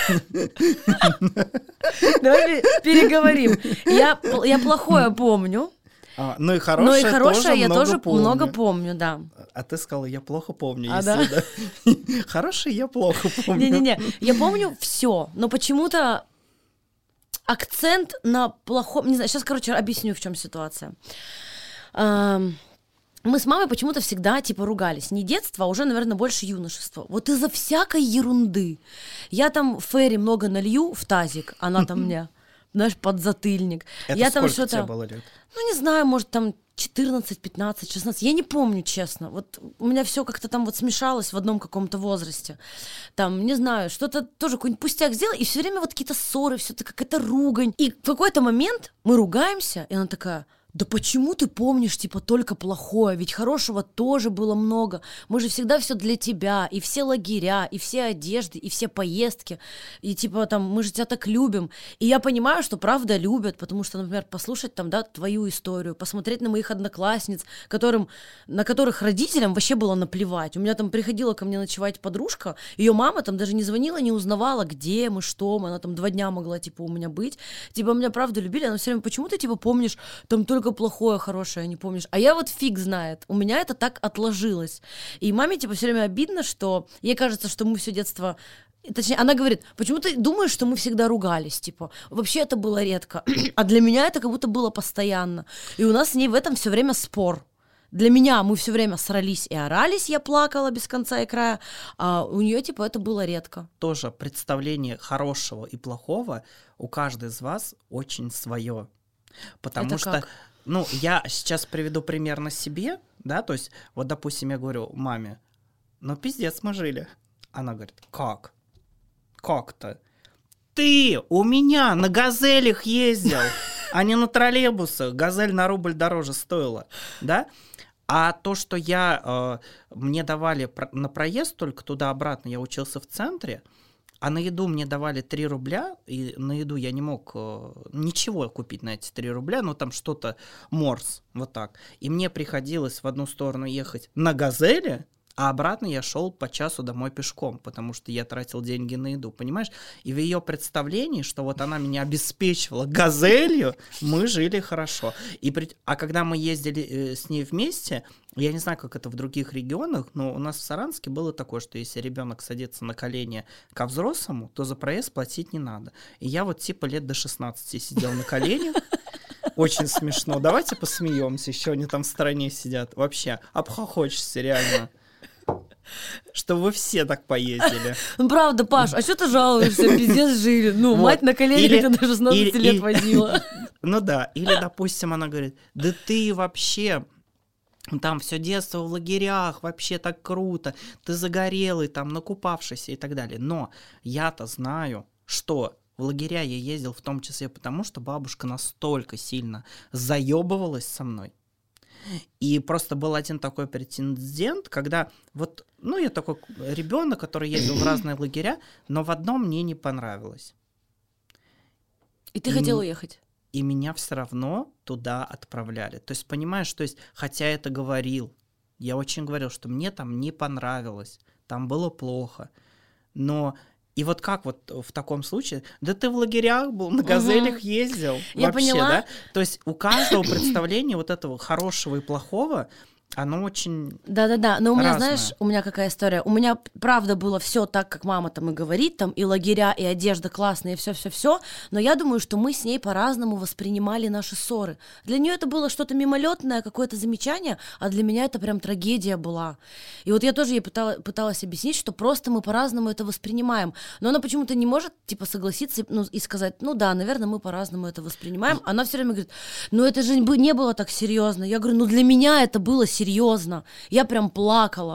Давай переговорим. Я плохое помню, Ну и но хорошее, и хорошее я тоже помню. много помню, да. А ты сказала, я плохо помню. А, если да? да. Хорошее я плохо помню. Не-не-не, я помню все, но почему-то акцент на плохом... Не знаю, сейчас, короче, объясню, в чем ситуация. Мы с мамой почему-то всегда, типа, ругались. Не детство, а уже, наверное, больше юношества. Вот из-за всякой ерунды. Я там Ферри много налью в тазик, она там мне, знаешь, подзатыльник. Это Я там сколько тебе что-то... было лет? Ну, не знаю, может, там 14, 15, 16, я не помню, честно. Вот у меня все как-то там вот смешалось в одном каком-то возрасте. Там, не знаю, что-то тоже какой-нибудь пустяк сделал, и все время вот какие-то ссоры, все это какая-то ругань. И в какой-то момент мы ругаемся, и она такая... Да почему ты помнишь, типа, только плохое? Ведь хорошего тоже было много. Мы же всегда все для тебя. И все лагеря, и все одежды, и все поездки. И, типа, там, мы же тебя так любим. И я понимаю, что правда любят, потому что, например, послушать там, да, твою историю, посмотреть на моих одноклассниц, на которых родителям вообще было наплевать. У меня там приходила ко мне ночевать подружка, ее мама там даже не звонила, не узнавала, где мы, что мы. Она там 2 дня могла, типа, у меня быть. Типа, меня правда любили. Она все время, почему ты, типа, помнишь там только плохое, хорошее, не помнишь. А я вот фиг знает. У меня это так отложилось. И маме, типа, все время обидно, что ей кажется, что мы все детство... Точнее, она говорит, почему ты думаешь, что мы всегда ругались? Типа, вообще это было редко. А для меня это как будто было постоянно. И у нас с ней в этом все время спор. Для меня мы все время срались и орались, я плакала без конца и края, а у нее, типа, это было редко. Тоже представление хорошего и плохого у каждой из вас очень свое. Потому Это что, как? ну, я сейчас приведу пример на себе, да, то есть, вот, допустим, я говорю маме, ну, пиздец, мы жили. Она говорит, как? Как-то? Ты у меня на «Газелях» ездил, а не на троллейбусах. «Газель» на рубль дороже стоила, да? А то, что мне давали на проезд только туда-обратно, я учился в центре, а на еду мне давали 3 рубля, и на еду я не мог ничего купить на эти 3 рубля, ну там что-то морс, вот так. И мне приходилось в одну сторону ехать на «Газели», а обратно я шел по часу домой пешком, потому что я тратил деньги на еду, понимаешь? И в ее представлении, что вот она меня обеспечивала «Газелью», мы жили хорошо. А когда мы ездили с ней вместе, я не знаю, как это в других регионах, но у нас в Саранске было такое, что если ребенок садится на колени ко взрослому, то за проезд платить не надо. И я вот типа лет до 16 сидел на коленях. Очень смешно. Давайте посмеемся, еще они там в стороне сидят. Вообще, обхохочешься реально. Что вы все так поездили. Ну, правда, Паш, а что ты жалуешься? Пиздец жили. Ну, Вот. мать на коленях тебя до 16 лет или- возила. Ну да, или, допустим, она говорит, да ты вообще... Там все детство в лагерях, вообще так круто, ты загорелый, там накупавшийся и так далее. Но я-то знаю, что в лагеря я ездил в том числе потому, что бабушка настолько сильно заебывалась со мной. И просто был один такой прецедент, когда вот, ну, я такой ребенок, который ездил в разные лагеря, но в одном мне не понравилось. И ты хотел уехать? И меня все равно туда отправляли. То есть, понимаешь, то есть, хотя я это говорил, я очень говорил, что мне там не понравилось, там было плохо. Но и вот как вот в таком случае? Да ты в лагерях был, на «Газелях» ездил. Я вообще, поняла. да? То есть у каждого представления вот этого хорошего и плохого, оно очень... Да-да-да, но у меня, разное. знаешь, у меня какая история? У меня, правда, было все так, как мама там и говорит, там и лагеря, и одежда классная, и все-все-все, но я думаю, что мы с ней по-разному воспринимали наши ссоры. Для нее это было что-то мимолетное, какое-то замечание, а для меня это прям трагедия была. И вот я тоже ей пыталась объяснить, что просто мы по-разному это воспринимаем, но она почему-то не может, типа, согласиться, ну, и сказать, ну да, наверное, мы по-разному это воспринимаем. Она все время говорит, ну это же не было так серьезно. Я говорю, ну для меня это было серьезно. Я прям плакала,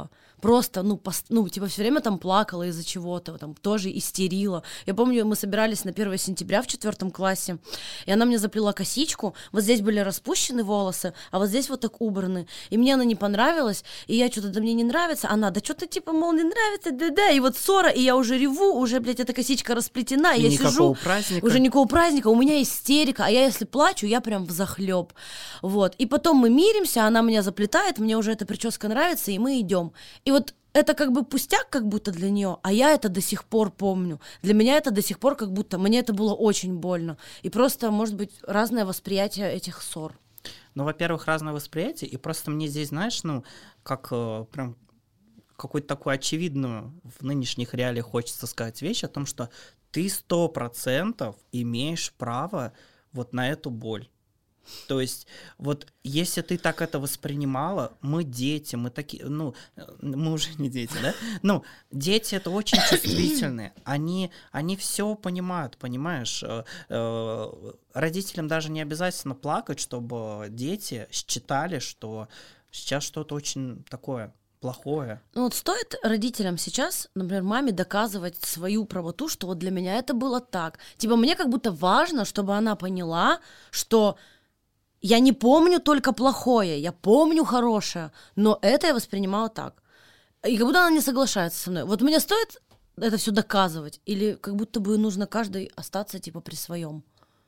просто, типа, все время там плакала из-за чего-то, там, тоже истерила. Я помню, мы собирались на 1 сентября в 4 классе, и она мне заплела косичку, вот здесь были распущены волосы, а вот здесь вот так убраны. И мне она не понравилась, и я что-то, да мне не нравится, она, да что-то типа, мол, не нравится, да-да, и вот ссора, и я уже реву, уже, блядь, эта косичка расплетена, и я сижу, праздника. уже никакого праздника, у меня истерика, а я если плачу, я прям взахлеб. Вот, и потом мы миримся, она меня заплетает, мне уже эта прическа нравится, и мы идем. И вот это как бы пустяк как будто для нее, а я это до сих пор помню. Для меня это до сих пор как будто, мне это было очень больно. И просто, может быть, разное восприятие этих ссор. Ну, во-первых, разное восприятие, и просто мне здесь, знаешь, как прям какую-то такую очевидную в нынешних реалиях хочется сказать вещь о том, что ты 100% имеешь право вот на эту боль. То есть вот если ты так это воспринимала, мы дети, мы такие, мы уже не дети, да? Дети это очень чувствительные, они все понимают, понимаешь? Родителям даже не обязательно плакать, чтобы дети считали, что сейчас что-то очень такое плохое. Вот стоит родителям сейчас, например, маме доказывать свою правоту, что вот для меня это было так. Типа мне как будто важно, чтобы она поняла, что я не помню только плохое, я помню хорошее, но это я воспринимала так. И как будто она не соглашается со мной. Вот мне стоит это все доказывать, или как будто бы нужно каждый остаться типа при своем?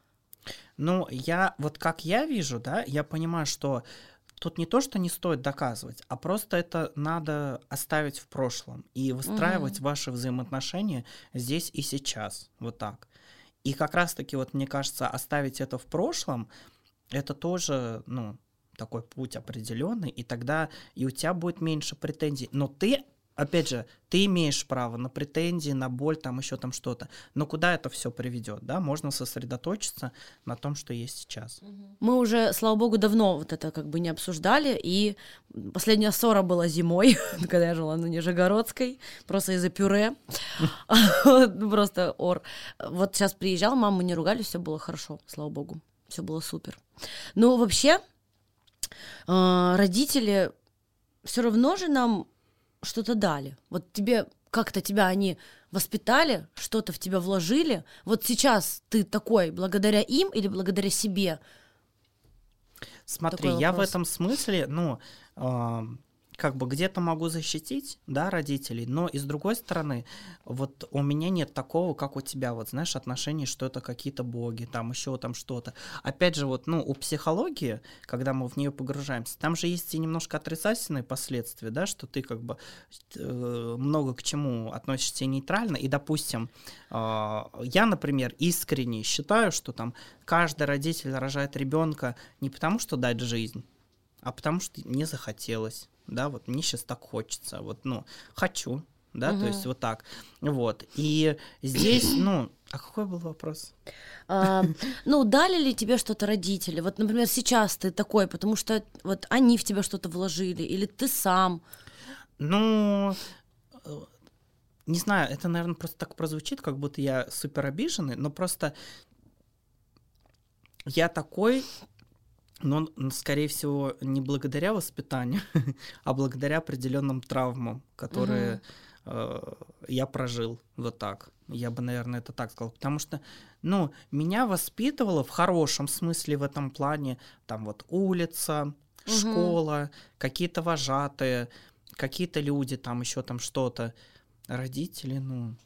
Как я вижу, да, я понимаю, что тут не то, что не стоит доказывать, а просто это надо оставить в прошлом и выстраивать ваши взаимоотношения здесь и сейчас, вот так. И как раз-таки, вот мне кажется, оставить это в прошлом, это тоже, такой путь определенный, и тогда и у тебя будет меньше претензий. Но ты, опять же, ты имеешь право на претензии, на боль, там еще там что-то. Но куда это все приведет, да? Можно сосредоточиться на том, что есть сейчас. Мы уже, слава богу, давно вот это как бы не обсуждали, и последняя ссора была зимой, когда я жила на Нижегородской, просто из-за пюре. Просто ор. Вот сейчас приезжал, мама, мы не ругались, все было хорошо, слава богу. Все было супер. Но вообще родители все равно же нам что-то дали. Вот тебе как-то тебя они воспитали, что-то в тебя вложили. Вот сейчас ты такой благодаря им или благодаря себе? Смотри, я в этом смысле, как бы где-то могу защитить, да, родителей, но и с другой стороны, вот у меня нет такого, как у тебя, вот знаешь, отношений, что это какие-то боги, там еще там что-то. Опять же, вот, у психологии, когда мы в нее погружаемся, там же есть и немножко отрицательные последствия, да, что ты как бы много к чему относишься нейтрально, и, допустим, я, например, искренне считаю, что там каждый родитель рожает ребенка не потому, что дать жизнь, а потому что мне захотелось. Да, вот мне сейчас так хочется, вот, хочу, да, то есть вот так, вот, и здесь, а какой был вопрос? Дали ли тебе что-то родители, вот, например, сейчас ты такой, потому что вот они в тебя что-то вложили, или ты сам? Не знаю, это, наверное, просто так прозвучит, как будто я супер обиженный, но просто я такой... Но, скорее всего, не благодаря воспитанию, а благодаря определенным травмам, которые я прожил вот так. Я бы, наверное, это так сказал. Потому что, меня воспитывало в хорошем смысле в этом плане, там вот улица, школа, какие-то вожатые, какие-то люди, там еще там что-то. Родители,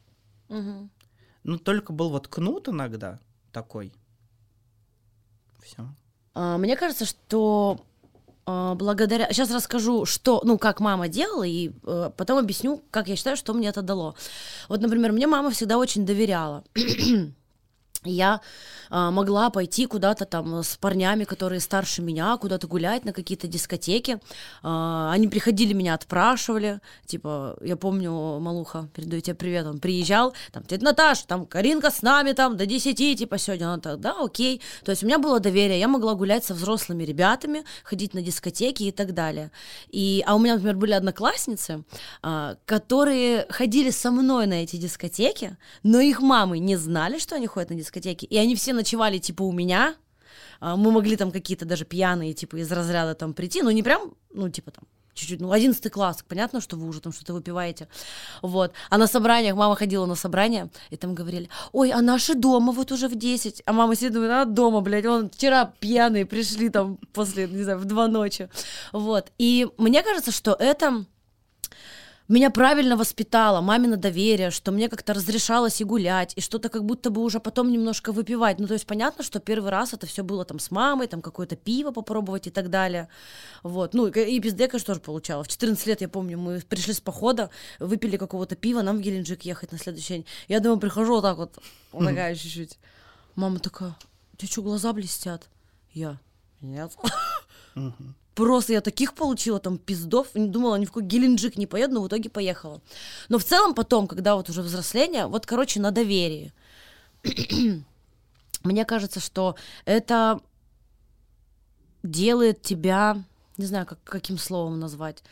только был вот кнут иногда такой. Все. Мне кажется, что благодаря... Сейчас расскажу, что, как мама делала, и потом объясню, как я считаю, что мне это дало. Вот, например, мне мама всегда очень доверяла. Я могла пойти куда-то там с парнями, которые старше меня, куда-то гулять на какие-то дискотеки. Они приходили, меня отпрашивали. Типа, я помню, Малуха, передаю тебе привет, он приезжал, там, тетя Наташа, там, Каринка с нами, там, до 10, типа, сегодня. Она так, да, окей. То есть у меня было доверие, я могла гулять со взрослыми ребятами, ходить на дискотеки и так далее. А у меня, например, были одноклассницы, которые ходили со мной на эти дискотеки, но их мамы не знали, что они ходят на дискотеки, и они все ночевали, типа, у меня. Мы могли там какие-то даже пьяные, типа, из разряда там прийти, не прям, типа, там, чуть-чуть, 11 класс, понятно, что вы уже там что-то выпиваете, вот. А на собраниях, мама ходила на собрания, и там говорили, ой, а наши дома вот уже в 10, а мама сидит, думает, дома, блядь, вон вчера пьяные пришли там после, не знаю, в 2 ночи, вот. И мне кажется, что это... Меня правильно воспитало, мамино доверие, что мне как-то разрешалось и гулять, и что-то как будто бы уже потом немножко выпивать. Ну, то есть понятно, что первый раз это все было там с мамой, там какое-то пиво попробовать и так далее. Вот. Ну, и пизде, конечно, тоже получала. В 14 лет, я помню, мы пришли с похода, выпили какого-то пива, нам в Геленджик ехать на следующий день. Я домой прихожу вот так вот, такая чуть-чуть. Мама такая, у тебя что, глаза блестят? Я, нет. Просто я таких получила там пиздов, не думала, ни в какой Геленджик не поеду, но в итоге поехала. Но в целом потом, когда вот уже взросление, вот, короче, на доверии. Мне кажется, что это делает тебя, не знаю, каким словом назвать,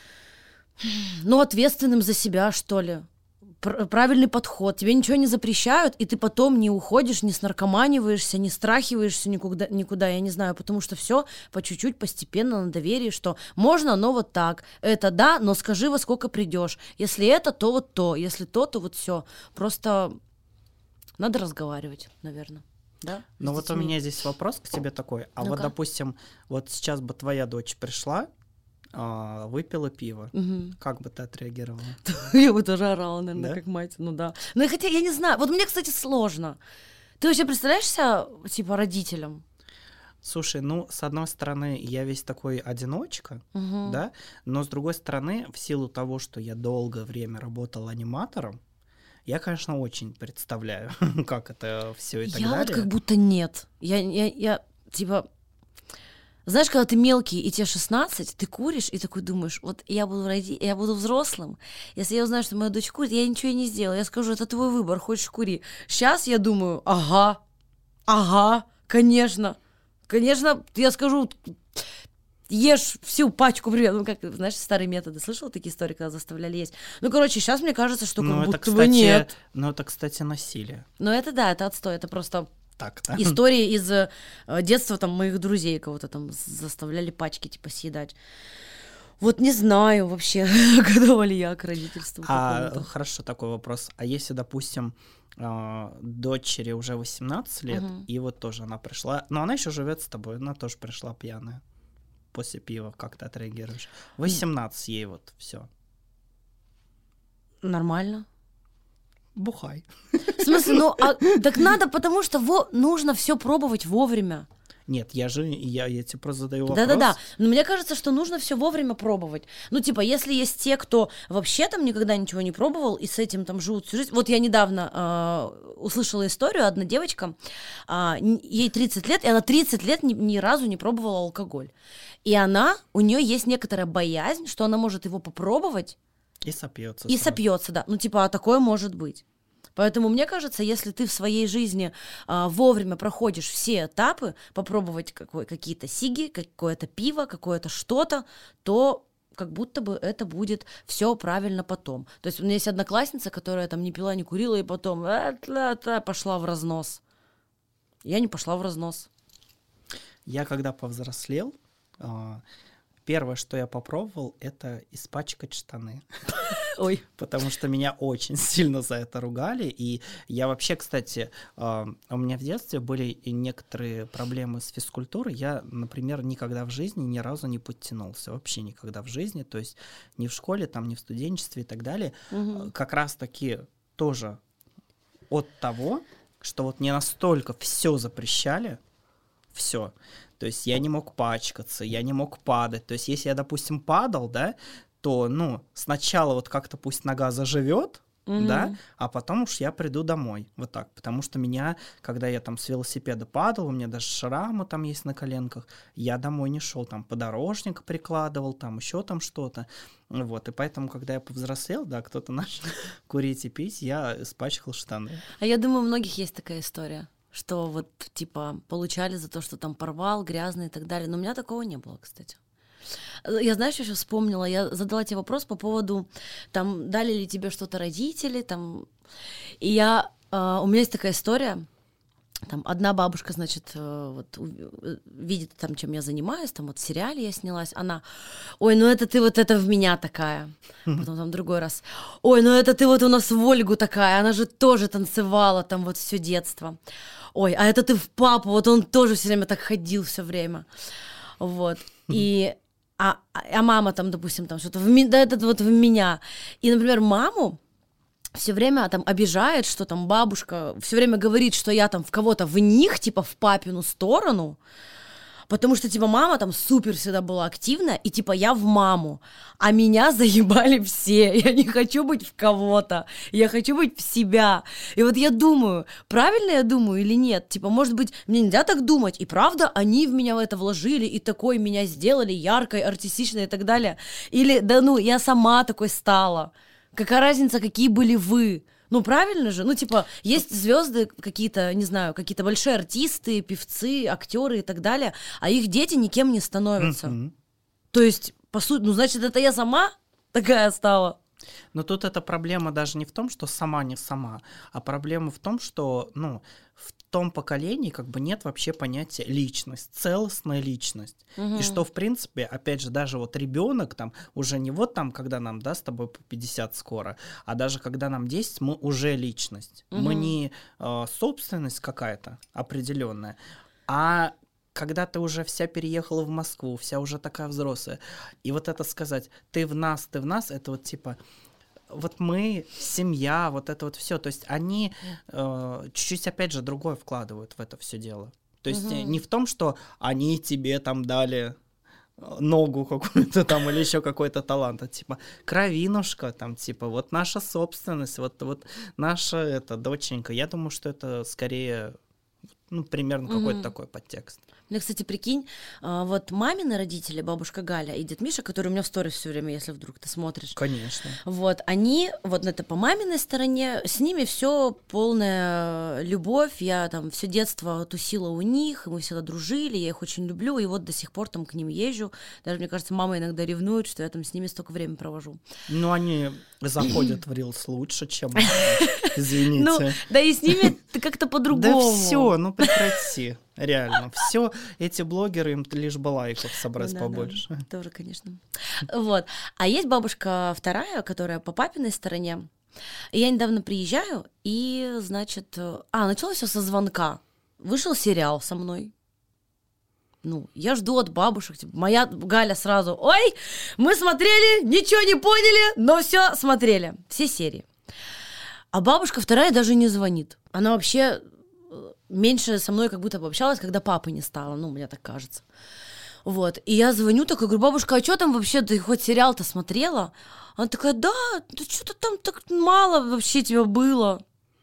ну, ответственным за себя, что ли. Правильный подход, тебе ничего не запрещают, и ты потом не уходишь, не снаркоманиваешься, не страхиваешься никуда, я не знаю, потому что все по чуть-чуть, постепенно на доверии, что можно, но вот так, это да, но скажи, во сколько придешь, если это, то вот то, если то вот все, просто надо разговаривать, наверное. Да? Ну вот у меня здесь вопрос к тебе такой, а вот, допустим, вот сейчас бы твоя дочь пришла, выпила пиво. Как бы ты отреагировала? Я бы тоже орала, наверное, как мать. Ну да. Ну и хотя я не знаю. Вот мне, кстати, сложно. Ты вообще представляешься, типа, родителем? Слушай, ну, с одной стороны, я весь такой одиночка, да, но с другой стороны, в силу того, что я долгое время работал аниматором, я, конечно, очень представляю, как это все и так далее. Я вот как будто нет. Я типа... Знаешь, когда ты мелкий, и тебе 16, ты куришь, и такой думаешь, вот я буду взрослым, если я узнаю, что моя дочь курит, я ничего и не сделаю, я скажу, это твой выбор, хочешь кури. Сейчас я думаю, ага, конечно, я скажу, ешь всю пачку, привет. Ну, как, знаешь, старые методы, слышала такие истории, когда заставляли есть? Ну, короче, сейчас мне кажется, что как будто бы нет. Ну, это, кстати, насилие. Ну, это да, это отстой, это просто... Так, да? Истории из детства там моих друзей кого-то там заставляли пачки типа съедать. Вот не знаю вообще, готова ли я к родительству. Хорошо, такой вопрос. А если, допустим, дочери уже 18 лет, и вот тоже она пришла, но она еще живет с тобой, она тоже пришла пьяная после пива, как ты отреагируешь? 18 ей вот все. Нормально. Бухай. В смысле, так надо, потому что нужно все пробовать вовремя. Нет, я тебе просто задаю вопрос. Да. Но мне кажется, что нужно все вовремя пробовать. Ну, типа, если есть те, кто вообще там никогда ничего не пробовал и с этим там живут всю жизнь. Вот я недавно услышала историю, одна девочка, ей 30 лет, и она 30 лет ни разу не пробовала алкоголь. И у нее есть некоторая боязнь, что она может его попробовать. И сопьется. И сопьется, да. Ну, типа, такое может быть. Поэтому мне кажется, если ты в своей жизни вовремя проходишь все этапы, попробовать какие-то сиги, какое-то пиво, какое-то что-то, то как будто бы это будет все правильно потом. То есть у меня есть одноклассница, которая там не пила, не курила, и потом пошла в разнос. Я не пошла в разнос. Я когда повзрослел, первое, что я попробовал, это испачкать штаны. Ой. Потому что меня очень сильно за это ругали. И я вообще, кстати, у меня в детстве были некоторые проблемы с физкультурой. Я, например, никогда в жизни ни разу не подтянулся. Вообще никогда в жизни. То есть ни в школе, там, ни в студенчестве и так далее. Как раз-таки тоже от того, что вот мне настолько все запрещали, все. То есть я не мог пачкаться, я не мог падать. То есть если я, допустим, падал, да, то, сначала вот как-то пусть нога заживет, да, а потом уж я приду домой, вот так. Потому что меня, когда я там с велосипеда падал, у меня даже шрамы там есть на коленках, я домой не шел, там подорожник прикладывал, там еще там что-то. Вот, и поэтому, когда я повзрослел, да, кто-то начал курить и пить, я испачкал штаны. А я думаю, у многих есть такая история, что вот, типа, получали за то, что там порвал, грязный и так далее. Но у меня такого не было, кстати. Я, знаешь, еще вспомнила, я задала тебе вопрос по поводу, там, дали ли тебе что-то родители, там, и у меня есть такая история, там одна бабушка, значит, вот видит там, чем я занимаюсь, там вот в сериале я снялась, она, ой, ну это ты вот это в меня такая. Потом там другой раз, ой, ну это ты вот у нас в Ольгу такая, она же тоже танцевала там вот все детство. Ой, а это ты в папу, вот он тоже все время так ходил все время. Вот. И а мама там, допустим, там что-то да, это вот в меня. И, например, маму все время там обижает, что там бабушка все время говорит, что я там в кого-то в них, типа в папину сторону, потому что, типа, мама там супер всегда была активна, и, типа, я в маму, а меня заебали все, я не хочу быть в кого-то, я хочу быть в себя. И вот я думаю, правильно я думаю или нет? Типа, может быть, мне нельзя так думать, и правда они в меня в это вложили, и такой меня сделали яркой, артистичной и так далее. Или, да ну, я сама такой стала. Какая разница, какие были вы? Ну, правильно же? Ну, типа, есть звезды какие-то, не знаю, какие-то большие артисты, певцы, актеры и так далее, а их дети никем не становятся. То есть, по сути, ну, значит, это я сама такая стала. Но тут эта проблема даже не в том, что сама не сама, а проблема в том, что, ну, в том поколении как бы нет вообще понятия личность, целостная личность. И что, в принципе, опять же, даже вот ребенок там уже не вот там, когда нам, да, с тобой по 50 скоро, а даже когда нам 10, мы уже личность. Мы не собственность какая-то определенная, а когда ты уже вся переехала в Москву, вся уже такая взрослая, и вот это сказать ты в нас, это вот типа вот мы, семья, вот это вот все. То есть они чуть-чуть, опять же, другое вкладывают в это все дело. То есть не в том, что они тебе там дали ногу какую-то там или еще какой-то талант, а типа кровинушка, там типа вот наша собственность, вот наша эта доченька. Я думаю, что это скорее, ну, примерно какой-то такой подтекст. Мне, кстати, прикинь, вот мамины родители, бабушка Галя и дед Миша, который у меня в сторис все время, если вдруг ты смотришь. Конечно. Вот, они, вот это по маминой стороне, с ними все полная любовь, я там все детство тусила у них, мы всегда дружили, я их очень люблю, и вот до сих пор там к ним езжу. Даже, мне кажется, мама иногда ревнует, что я там с ними столько времени провожу. Ну, они заходят в Reels лучше, чем извините. Ну, да и с ними как-то по-другому. Да все, ну прекрати. Реально, все эти блогеры, им лишь бы лайков собрать побольше. Да, тоже, конечно. Вот. А есть бабушка вторая, которая по папиной стороне. И я недавно приезжаю, и, значит... началось все со звонка. Вышел сериал со мной. Ну, я жду от бабушек. Типа, моя Галя сразу: ой, мы смотрели, ничего не поняли, но все смотрели. Все серии. А бабушка вторая даже не звонит. Она вообще... меньше со мной как будто бы общалась, когда папы не стало, ну, мне так кажется. Вот, и я звоню, такая, говорю: бабушка, а что там вообще, ты хоть сериал-то смотрела? Она такая: да что-то там так мало вообще тебя было.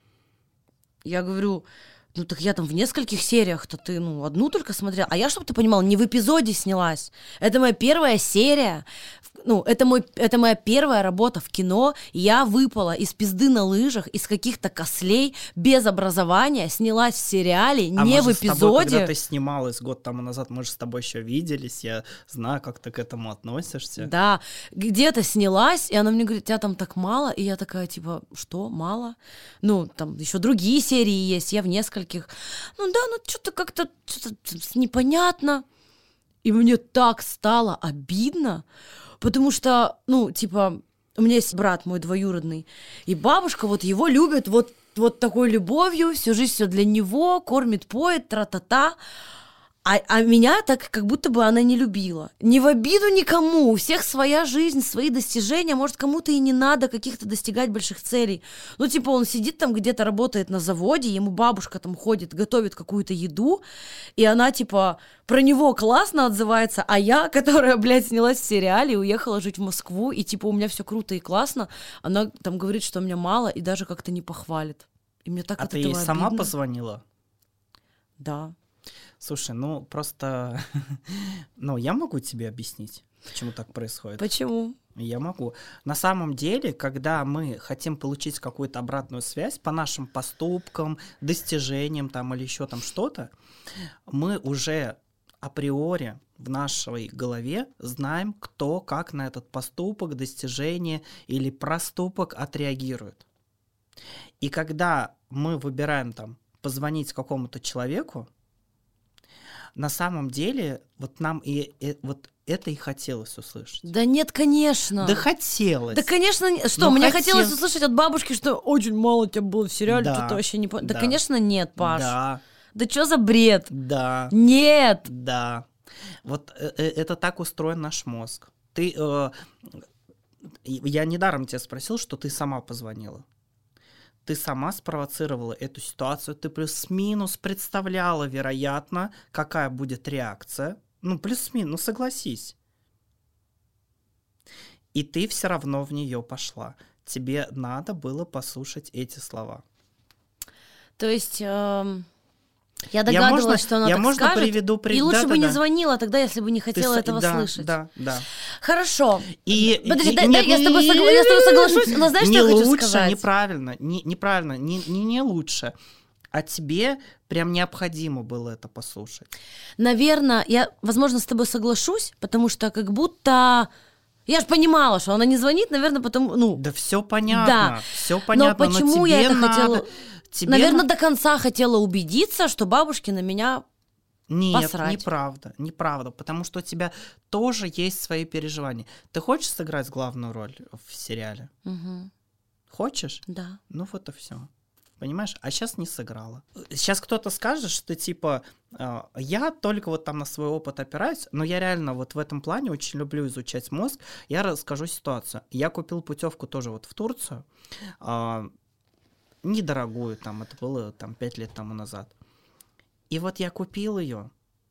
Я говорю: ну, так я там в нескольких сериях-то ты, ну, одну только смотрела. А я, чтобы ты понимала, не в эпизоде снялась. Это моя первая серия. Ну, это моя первая работа в кино. Я выпала из пизды на лыжах, из каких-то кослей, без образования, снялась в сериале, не в эпизоде. С тобой, когда ты снималась год тому назад, мы же с тобой еще виделись, я знаю, как ты к этому относишься. Да, где-то снялась, и она мне говорит: тебя там так мало, и я такая, типа, что, мало? Ну, там еще другие серии есть, я в нескольких. Ну да, ну что-то как-то непонятно. И мне так стало обидно, потому что, ну, типа, у меня есть брат мой двоюродный, и бабушка вот его любит вот такой любовью, всю жизнь все для него, кормит, поет, тра-та-та. А меня так, как будто бы она не любила. Не в обиду никому, у всех своя жизнь, свои достижения, может, кому-то и не надо каких-то достигать больших целей. Ну, типа, он сидит там где-то, работает на заводе, ему бабушка там ходит, готовит какую-то еду, и она, типа, про него классно отзывается, а я, которая, блядь, снялась в сериале и уехала жить в Москву, и, типа, у меня все круто и классно, она там говорит, что меня мало, и даже как-то не похвалит. И мне так от этого обидно. А ты ей сама позвонила? Да. Слушай, ну просто, ну я могу тебе объяснить, почему так происходит. Почему? Я могу. На самом деле, когда мы хотим получить какую-то обратную связь по нашим поступкам, достижениям там или еще там что-то, мы уже априори в нашей голове знаем, кто как на этот поступок, достижение или проступок отреагирует. И когда мы выбираем там позвонить какому-то человеку, на самом деле вот нам вот это и хотелось услышать. Да нет, конечно. Да хотелось. Да, конечно, что, мне хотелось услышать от бабушки, что очень мало тебя было в сериале, Да, что-то вообще не понял. Да, да. конечно, нет, Паш. Да, Да что за бред? да, Нет. да. Вот это так устроен наш мозг. Я недаром тебя спросил, что ты сама позвонила. Ты сама спровоцировала эту ситуацию, ты плюс-минус представляла, вероятно, какая будет реакция. Ну, плюс-минус, ну согласись. И ты все равно в нее пошла. Тебе надо было послушать эти слова. То есть я догадывалась, что она так скажет, приведу и лучше бы не звонила тогда, если бы не хотела этого слышать. Да. Хорошо. Подожди, И дай я с тобой соглашусь, но знаешь, что я хочу сказать? Неправильно, не лучше. А тебе прям необходимо было это послушать. Наверное, я, возможно, с тобой соглашусь, потому что как будто... Я же понимала, что она не звонит, наверное, потому... Да все понятно, да. все понятно, но почему я это хотела... Тебе наверное, до конца хотела убедиться, что бабушке на меня посрать. Нет, неправда, потому что у тебя тоже есть свои переживания. Ты хочешь сыграть главную роль в сериале? Угу. Хочешь? Да. Ну вот и все. Понимаешь? А сейчас не сыграла. Сейчас кто-то скажет, что типа я только вот там на свой опыт опираюсь, но я реально вот в этом плане очень люблю изучать мозг. Я расскажу ситуацию. Я купил путевку тоже вот в Турцию, недорогую, там это было там 5 лет тому назад. И вот я купил ее,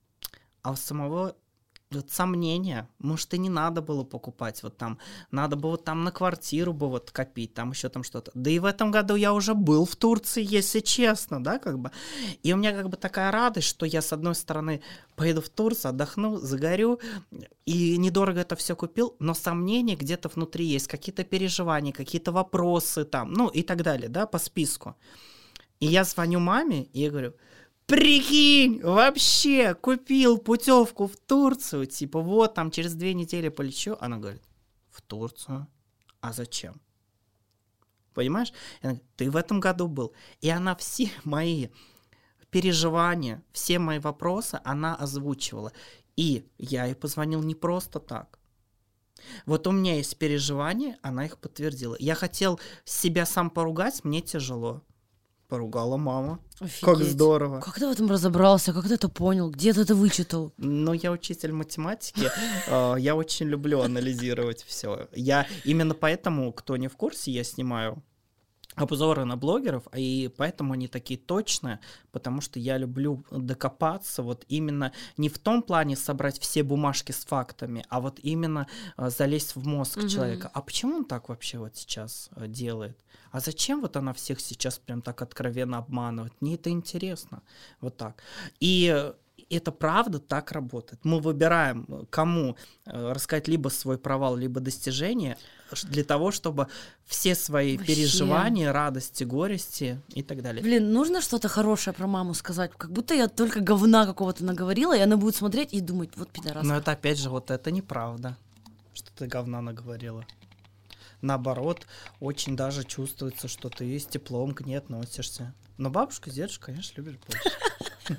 а у самого вот сомнения, может, и не надо было покупать, вот там, надо было там на квартиру бы вот копить, там еще там что-то. Да и в этом году я уже был в Турции, если честно, да, как бы. И у меня как бы такая радость, что я, с одной стороны, поеду в Турцию, отдохну, загорю, и недорого это все купил, но сомнения где-то внутри есть, какие-то переживания, какие-то вопросы там, ну и так далее, да, по списку. И я звоню маме, и я говорю: прикинь, вообще купил путевку в Турцию, типа вот там через 2 недели полечу. Она говорит: в Турцию? А зачем? Понимаешь? Она говорит: ты в этом году был. И она все мои переживания, все мои вопросы она озвучивала. И я ей позвонил не просто так. Вот у меня есть переживания, она их подтвердила. Я хотел себя сам поругать, мне тяжело. Поругала мама. Офигеть. Как здорово. Как ты в этом разобрался? Как ты это понял? Где ты это вычитал? Ну, я учитель математики. Я очень люблю анализировать все. Я именно поэтому, кто не в курсе, я снимаю обзоры на блогеров, и поэтому они такие точные, потому что я люблю докопаться вот именно не в том плане собрать все бумажки с фактами, а вот именно залезть в мозг человека. А почему он так вообще вот сейчас делает? А зачем вот она всех сейчас прям так откровенно обманывает? Мне это интересно. Вот так. И это правда так работает. Мы выбираем, кому рассказать либо свой провал, либо достижение, для того, чтобы все свои переживания, радости, горести и так далее. Блин, нужно что-то хорошее про маму сказать. Как будто я только говна какого-то наговорила, и она будет смотреть и думать: вот пидорас. Но это опять же, вот это неправда, что ты говна наговорила. Наоборот, очень даже чувствуется, что ты с теплом к ней относишься. Но бабушку с дедушкой, конечно, любишь больше.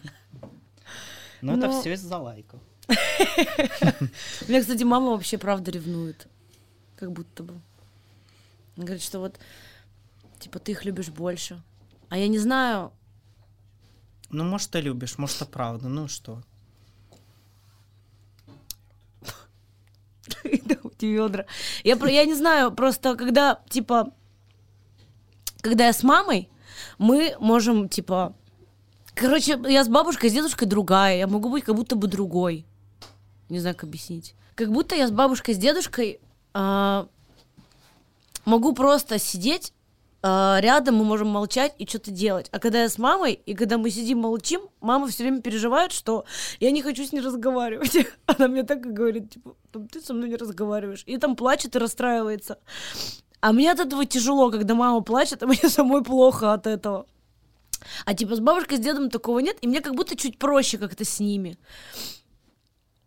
Но это все из-за лайков. Меня, кстати, мама вообще правда ревнует. Как будто бы. Она говорит, что вот, типа, ты их любишь больше. А я не знаю. Ну, может, ты любишь, может, это правда. Ну, что? Ведра. Я не знаю, просто когда, типа, когда я с мамой, мы можем, типа... Короче, я с бабушкой, с дедушкой другая. Я могу быть как будто бы другой. Не знаю, как объяснить. Как будто я с бабушкой, с дедушкой могу просто сидеть рядом, мы можем молчать и что-то делать. А когда я с мамой, и когда мы сидим, молчим, мама все время переживает, что я не хочу с ней разговаривать. Она мне так и говорит, типа, ты со мной не разговариваешь. И там плачет и расстраивается. А мне от этого тяжело, когда мама плачет, а мне самой плохо от этого. А типа с бабушкой, с дедом такого нет, и мне как будто чуть проще как-то с ними.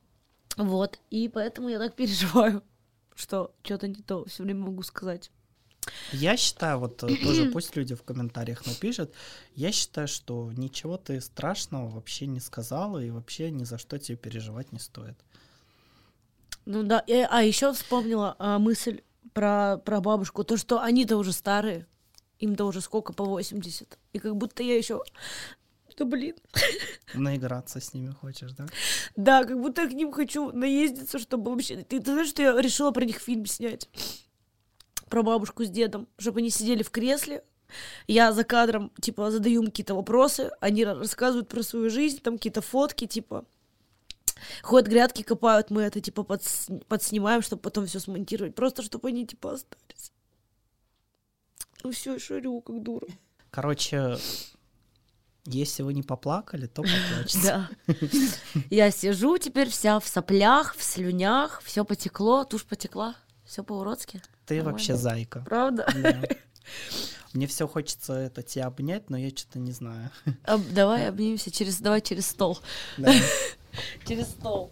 Вот, и поэтому я так переживаю, что что-то не то все время могу сказать. Я считаю, вот тоже пусть люди в комментариях напишут, я считаю, что ничего ты страшного вообще не сказала, и вообще ни за что тебе переживать не стоит. Ну да, еще вспомнила мысль про бабушку, то, что они-то уже старые, им-то уже сколько, по 80, и как будто я еще... Да блин. Наиграться с ними хочешь, да? Да, как будто я к ним хочу наездиться, чтобы вообще... Ты знаешь, что я решила про них фильм снять? Про бабушку с дедом, чтобы они сидели в кресле, я за кадром, типа, задаю им какие-то вопросы, они рассказывают про свою жизнь, там какие-то фотки, типа, ходят грядки, копают, мы это, типа, подснимаем, чтобы потом все смонтировать, просто чтобы они, типа, остались. Ну все, я шарю, как дура. Короче, если вы не поплакали, то поплачьте. Да. Я сижу теперь вся в соплях, в слюнях, все потекло, тушь потекла, все по-уродски. Ты Нормально. вообще зайка. Правда? Да. Мне все хочется тебя обнять, но я что-то не знаю. Давай обнимемся давай через стол. Да. Через стол.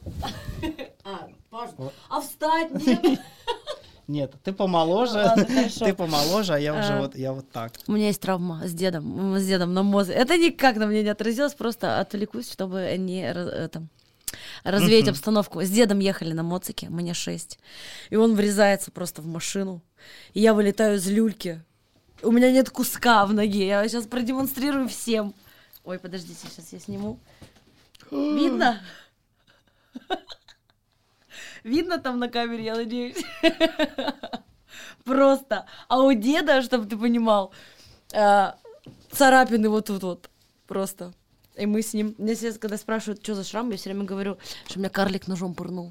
А встать нет? Нет, ты помоложе, а я вот так. У меня есть травма с дедом на мозг. Это никак на мне не отразилось, просто отвлекусь, чтобы не развеять обстановку. С дедом ехали на моцике, мне 6. И он врезается просто в машину. И я вылетаю из люльки. У меня нет куска в ноге. Я сейчас продемонстрирую всем. Ой, подождите, сейчас я сниму. Видно? Видно там на камере, я надеюсь? Просто. А у деда, чтобы ты понимал, царапины вот тут вот. Просто. И мы с ним... Меня все, когда спрашивают, что за шрам, я все время говорю, что меня карлик ножом пырнул.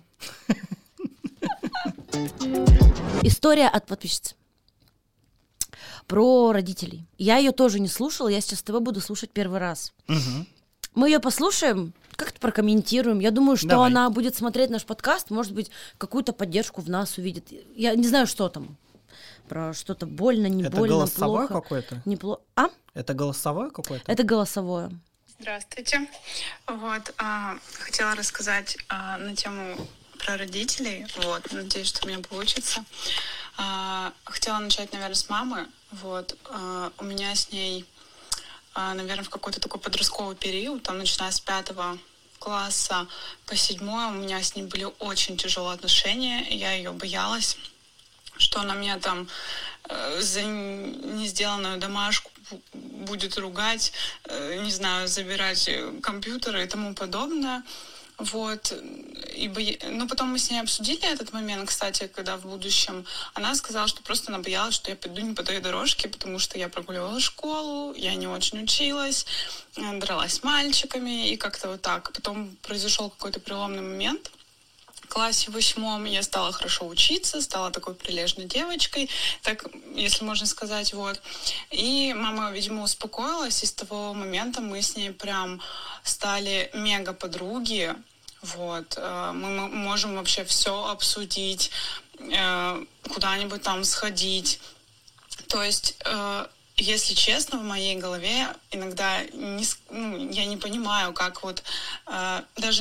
История от подписчицы. Про родителей. Я ее тоже не слушала, я сейчас ТВ буду слушать первый раз. Мы ее послушаем, как-то прокомментируем. Я думаю, что она будет смотреть наш подкаст, может быть, какую-то поддержку в нас увидит. Я не знаю, что там. Про что-то больно, не это больно, голосовое плохо. Какое-то? А? Это голосовое какое-то? Это голосовое. Здравствуйте. Вот, хотела рассказать на тему про родителей. Вот, надеюсь, что у меня получится. Хотела начать, наверное, с мамы. Вот, у меня с ней, наверное, в какой-то такой подростковый период, там, начиная с 5 класса по 7, у меня с ней были очень тяжелые отношения. Я ее боялась, что она меня там за не сделанную домашку будет ругать, не знаю, забирать компьютеры и тому подобное. Вот. Но потом мы с ней обсудили этот момент, кстати, когда в будущем она сказала, что просто она боялась, что я пойду не по той дорожке, потому что я прогуливала школу, я не очень училась, дралась с мальчиками и как-то вот так. Потом произошел какой-то переломный момент. В классе 8 я стала хорошо учиться, стала такой прилежной девочкой, так, если можно сказать, вот. И мама, видимо, успокоилась, и с того момента мы с ней прям стали мега-подруги, вот. Мы можем вообще все обсудить, куда-нибудь там сходить. То есть... Если честно, в моей голове иногда я не понимаю, как вот даже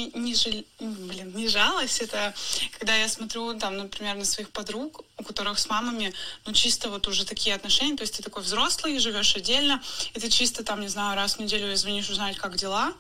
не жалость. Это когда я смотрю там, например, на своих подруг, у которых с мамами, чисто вот уже такие отношения. То есть ты такой взрослый, живешь отдельно, и ты чисто там, не знаю, раз в неделю звонишь узнать, как дела.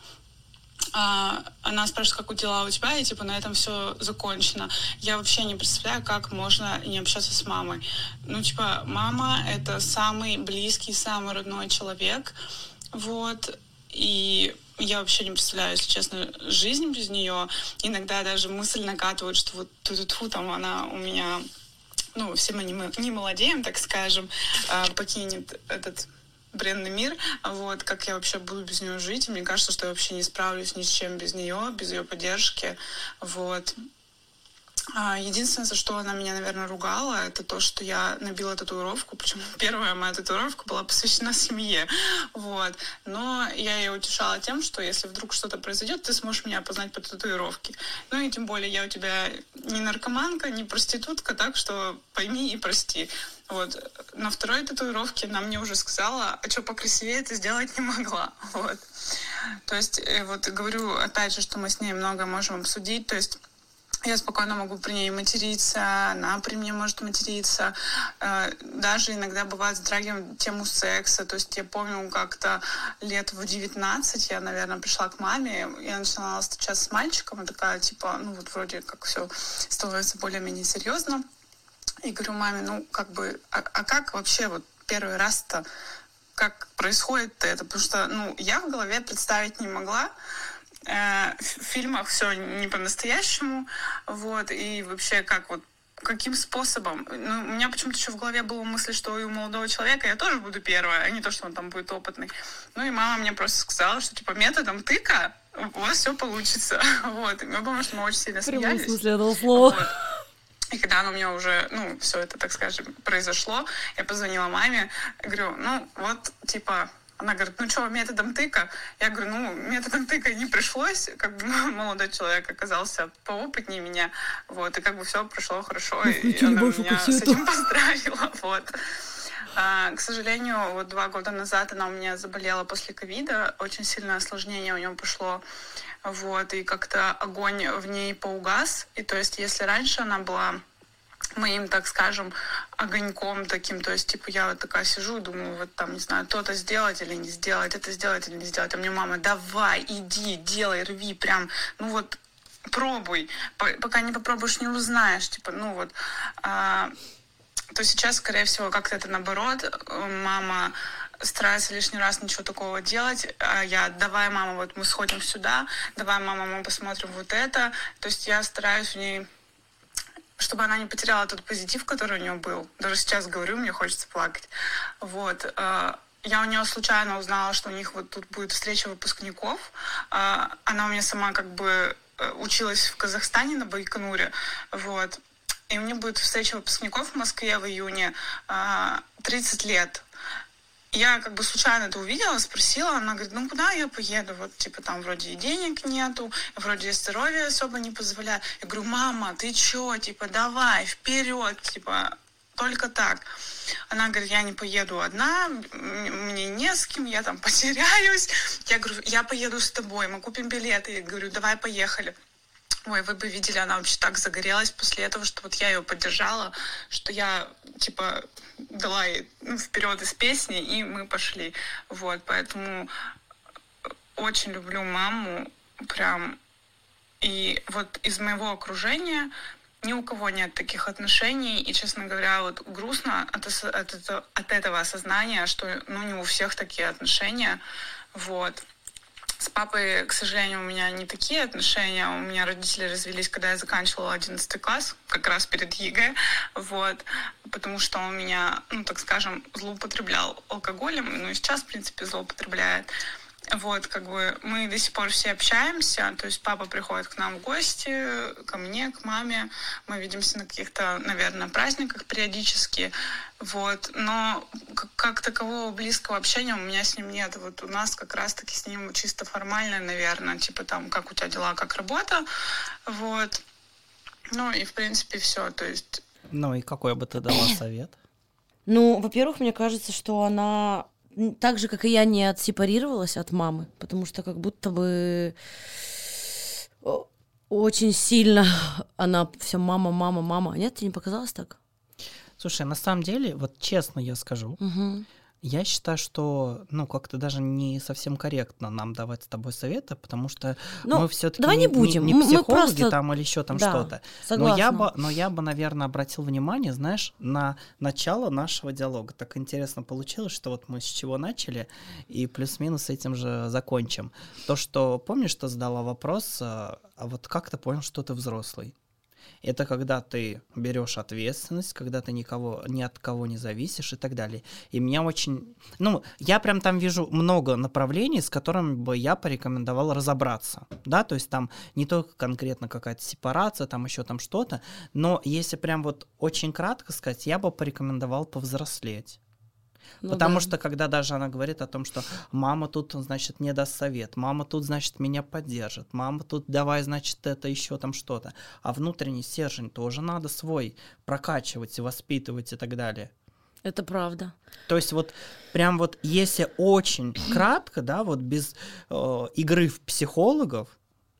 Она спрашивает, как дела у тебя, и типа на этом все закончено. Я вообще не представляю, как можно не общаться с мамой. Мама — это самый близкий, самый родной человек, вот, и я вообще не представляю, если честно, жизнь без нее. Иногда даже мысль накатывает, что вот тьфу-тьфу, там она у меня, все мы не молодеем, так скажем, покинет этот бренный мир, вот, как я вообще буду без нее жить, и мне кажется, что я вообще не справлюсь ни с чем без нее, без ее поддержки, вот. Единственное, за что она меня, наверное, ругала, это то, что я набила татуировку, причем первая моя татуировка была посвящена семье, вот. Но я ее утешала тем, что если вдруг что-то произойдет, ты сможешь меня опознать по татуировке. И тем более я у тебя не наркоманка, не проститутка, так что пойми и прости. Вот. На второй татуировке она мне уже сказала, а что покрасивее это сделать не могла. Вот. То есть, вот говорю, опять же, что мы с ней много можем обсудить. То есть, Я спокойно могу при ней материться, она при мне может материться. Даже иногда бывает затрагиваем тему секса. То есть я помню, как-то лет в 19 я, наверное, пришла к маме, я начинала встречаться с мальчиком, и такая, типа, ну вот вроде как все становится более-менее серьезно. И говорю маме, ну как бы, а как вообще вот первый раз-то, как происходит это? Потому что, ну, я в голове представить не могла. В фильмах все не по-настоящему, вот, и вообще как вот, каким способом. Ну, у меня почему-то еще в голове была мысль, что и у молодого человека я тоже буду первая, а не то, что он там будет опытный. Ну, и мама мне просто сказала, что, типа, методом тыка у вас все получится, вот, и мы, потому что мы очень сильно смеялись. В прямом смысле этого слова. Вот. И когда оно у меня уже, ну, все это, так скажем, произошло, я позвонила маме, говорю, ну, вот, типа, она говорит, ну что, методом тыка? Я говорю, ну, методом тыка не пришлось, как бы молодой человек оказался поопытнее меня, вот, и как бы все прошло хорошо, и она меня с этим поздравила, вот. К сожалению, вот 2 года назад она у меня заболела после ковида, очень сильное осложнение у нее пошло, вот, и как-то огонь в ней поугас, и то есть если раньше она была моим, так скажем, огоньком таким, то есть, типа, я вот такая сижу и думаю, вот там, не знаю, то-то сделать или не сделать, это сделать или не сделать, а мне мама, давай, иди, делай, рви, прям, ну вот, пробуй, пока не попробуешь, не узнаешь, типа, ну вот, то сейчас, скорее всего, как-то это наоборот, мама старается лишний раз ничего такого делать, а я, давай, мама, вот мы сходим сюда, давай, мама, мы посмотрим вот это, то есть я стараюсь в ней, чтобы она не потеряла тот позитив, который у нее был. Даже сейчас говорю, мне хочется плакать. Вот. Я у нее случайно узнала, что у них вот тут будет встреча выпускников. Она у меня сама как бы училась в Казахстане на Байконуре. Вот. И у них будет встреча выпускников в Москве в июне. 30 лет. Я как бы случайно это увидела, спросила, она говорит, ну куда я поеду, вот типа там вроде и денег нету, вроде и здоровье особо не позволяет. Я говорю, мама, ты чё, типа давай, вперед, типа только так. Она говорит, я не поеду одна, мне не с кем, я там потеряюсь. Я говорю, я поеду с тобой, мы купим билеты. Я говорю, давай поехали. Ой, вы бы видели, она вообще так загорелась после этого, что вот я ее поддержала, что я, типа, дала ей вперед из песни, и мы пошли. Вот, поэтому очень люблю маму, прям. И вот из моего окружения ни у кого нет таких отношений, и, честно говоря, вот грустно от этого осознания, что, ну, не у всех такие отношения, вот. С папой, к сожалению, у меня не такие отношения. У меня родители развелись, когда я заканчивала 11 класс, как раз перед ЕГЭ, вот, потому что он меня, ну, так скажем, злоупотреблял алкоголем, ну, и сейчас, в принципе, злоупотребляет. Вот, как бы мы до сих пор все общаемся, то есть папа приходит к нам в гости, ко мне, к маме, мы видимся на каких-то, наверное, праздниках периодически, вот, но как такового близкого общения у меня с ним нет, вот у нас как раз-таки с ним чисто формально, наверное, типа там, как у тебя дела, как работа, вот, ну и в принципе все, то есть... Ну и какой бы ты дала совет? Ну, во-первых, мне кажется, что она... Так же, как и я, не отсепарировалась от мамы, потому что как будто бы очень сильно она все мама, мама, мама. Нет, тебе не показалось так? Слушай, на самом деле, вот честно я скажу, я считаю, что, ну, как-то даже не совсем корректно нам давать с тобой советы, потому что мы все-таки не психологи просто... там или еще там что-то. Согласна. Но я бы, наверное, обратил внимание, знаешь, на начало нашего диалога. Так интересно получилось, что вот мы с чего начали, и плюс-минус этим же закончим. То, что, помнишь, ты задала вопрос, а вот как ты понял, что ты взрослый? Это когда ты берешь ответственность, когда ты ни от кого не зависишь и так далее. И меня очень... Ну, я прям там вижу много направлений, с которыми бы я порекомендовал разобраться. Да, то есть там не только конкретно какая-то сепарация, там еще там что-то, но если прям вот очень кратко сказать, я бы порекомендовал повзрослеть. Потому что, когда даже она говорит о том, что мама тут, значит, мне даст совет, мама тут, значит, меня поддержит, мама тут давай, значит, это еще там что-то. А внутренний стержень тоже надо свой прокачивать и воспитывать и так далее. Это правда. То есть вот прям вот если очень кратко, да, вот без игры в психологов,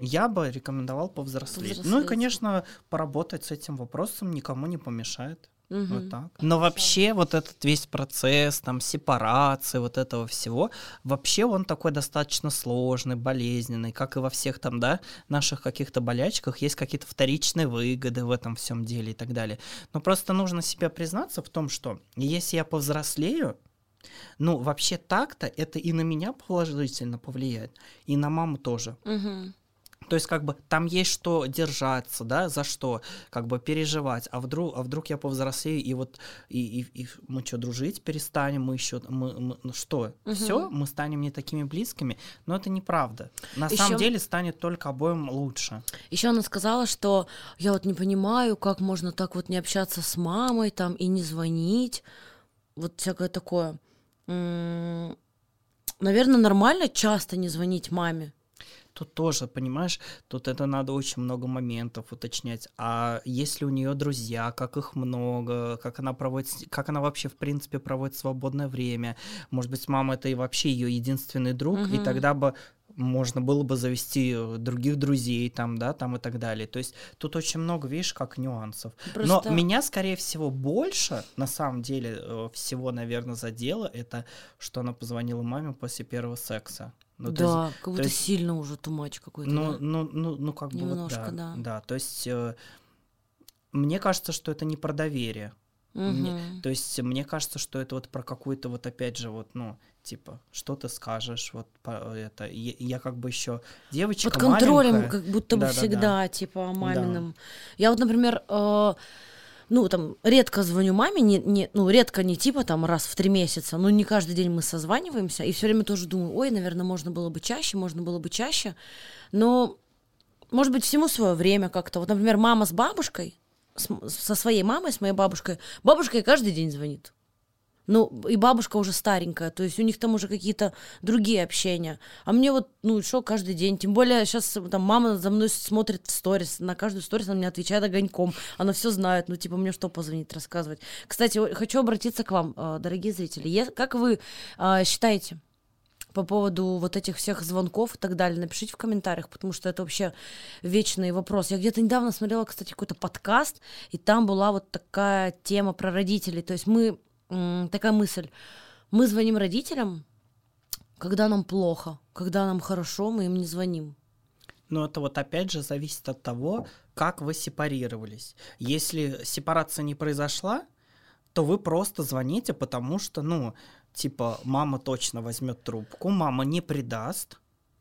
Я бы рекомендовал повзрослеть. Ну и, конечно, поработать с этим вопросом никому не помешает. Вот так. Но вообще вот этот весь процесс, там, сепарации, вот этого всего, вообще он такой достаточно сложный, болезненный, как и во всех там, да, наших каких-то болячках, есть какие-то вторичные выгоды в этом всем деле и так далее. Но просто нужно себе признаться в том, что если я повзрослею, ну, вообще так-то это и на меня положительно повлияет, и на маму тоже. То есть, как бы, там есть что держаться, да, за что, как бы, переживать, а вдруг я повзрослею, и вот, и мы что, дружить перестанем, мы еще, что, все, мы станем не такими близкими, но это неправда. На самом деле станет только обоим лучше. Еще она сказала, что я вот не понимаю, как можно так вот не общаться с мамой, там, и не звонить, вот всякое такое. Наверное, нормально часто не звонить маме. Тут тоже, понимаешь, тут это надо очень много моментов уточнять. А есть ли у нее друзья, как их много, как она вообще, в принципе, проводит свободное время. Может быть, мама — это и вообще ее единственный друг, и тогда бы можно было бы завести других друзей, там, да, там и так далее. То есть тут очень много, видишь, как нюансов. Просто... Но меня, скорее всего, больше, на самом деле, всего, наверное, задело это, что она позвонила маме после первого секса. Ну, да, есть, как будто сильно уже тумач какой-то. Ну, как немножко, бы, да. Да, то есть мне кажется, что это не про доверие. То есть мне кажется, что это вот про какую-то вот опять же вот, ну, типа, что ты скажешь, вот это. Я как бы еще девочка под контролем, маленькая. Как будто бы всегда, типа, маминым. Да. Я вот, например, ну, там, редко звоню маме, редко не типа там раз в 3 месяца, но не каждый день мы созваниваемся, и все время тоже думаю, ой, наверное, можно было бы чаще, но, может быть, всему свое время как-то. Вот, например, мама с бабушкой, со своей мамой, с моей бабушкой каждый день звонит. Ну, и бабушка уже старенькая, то есть у них там уже какие-то другие общения. А мне вот, ну, что каждый день? Тем более сейчас там мама за мной смотрит в сторис, на каждую сторис она мне отвечает огоньком. Она все знает, ну, типа, мне что позвонить, рассказывать. Кстати, хочу обратиться к вам, дорогие зрители. Как вы считаете по поводу вот этих всех звонков и так далее? Напишите в комментариях, потому что это вообще вечный вопрос. Я где-то недавно смотрела, кстати, какой-то подкаст, и там была вот такая тема про родителей. То есть такая мысль. Мы звоним родителям, когда нам плохо, когда нам хорошо, мы им не звоним. Но это вот опять же зависит от того, как вы сепарировались. Если сепарация не произошла, то вы просто звоните, потому что, ну, типа, мама точно возьмет трубку, мама не предаст,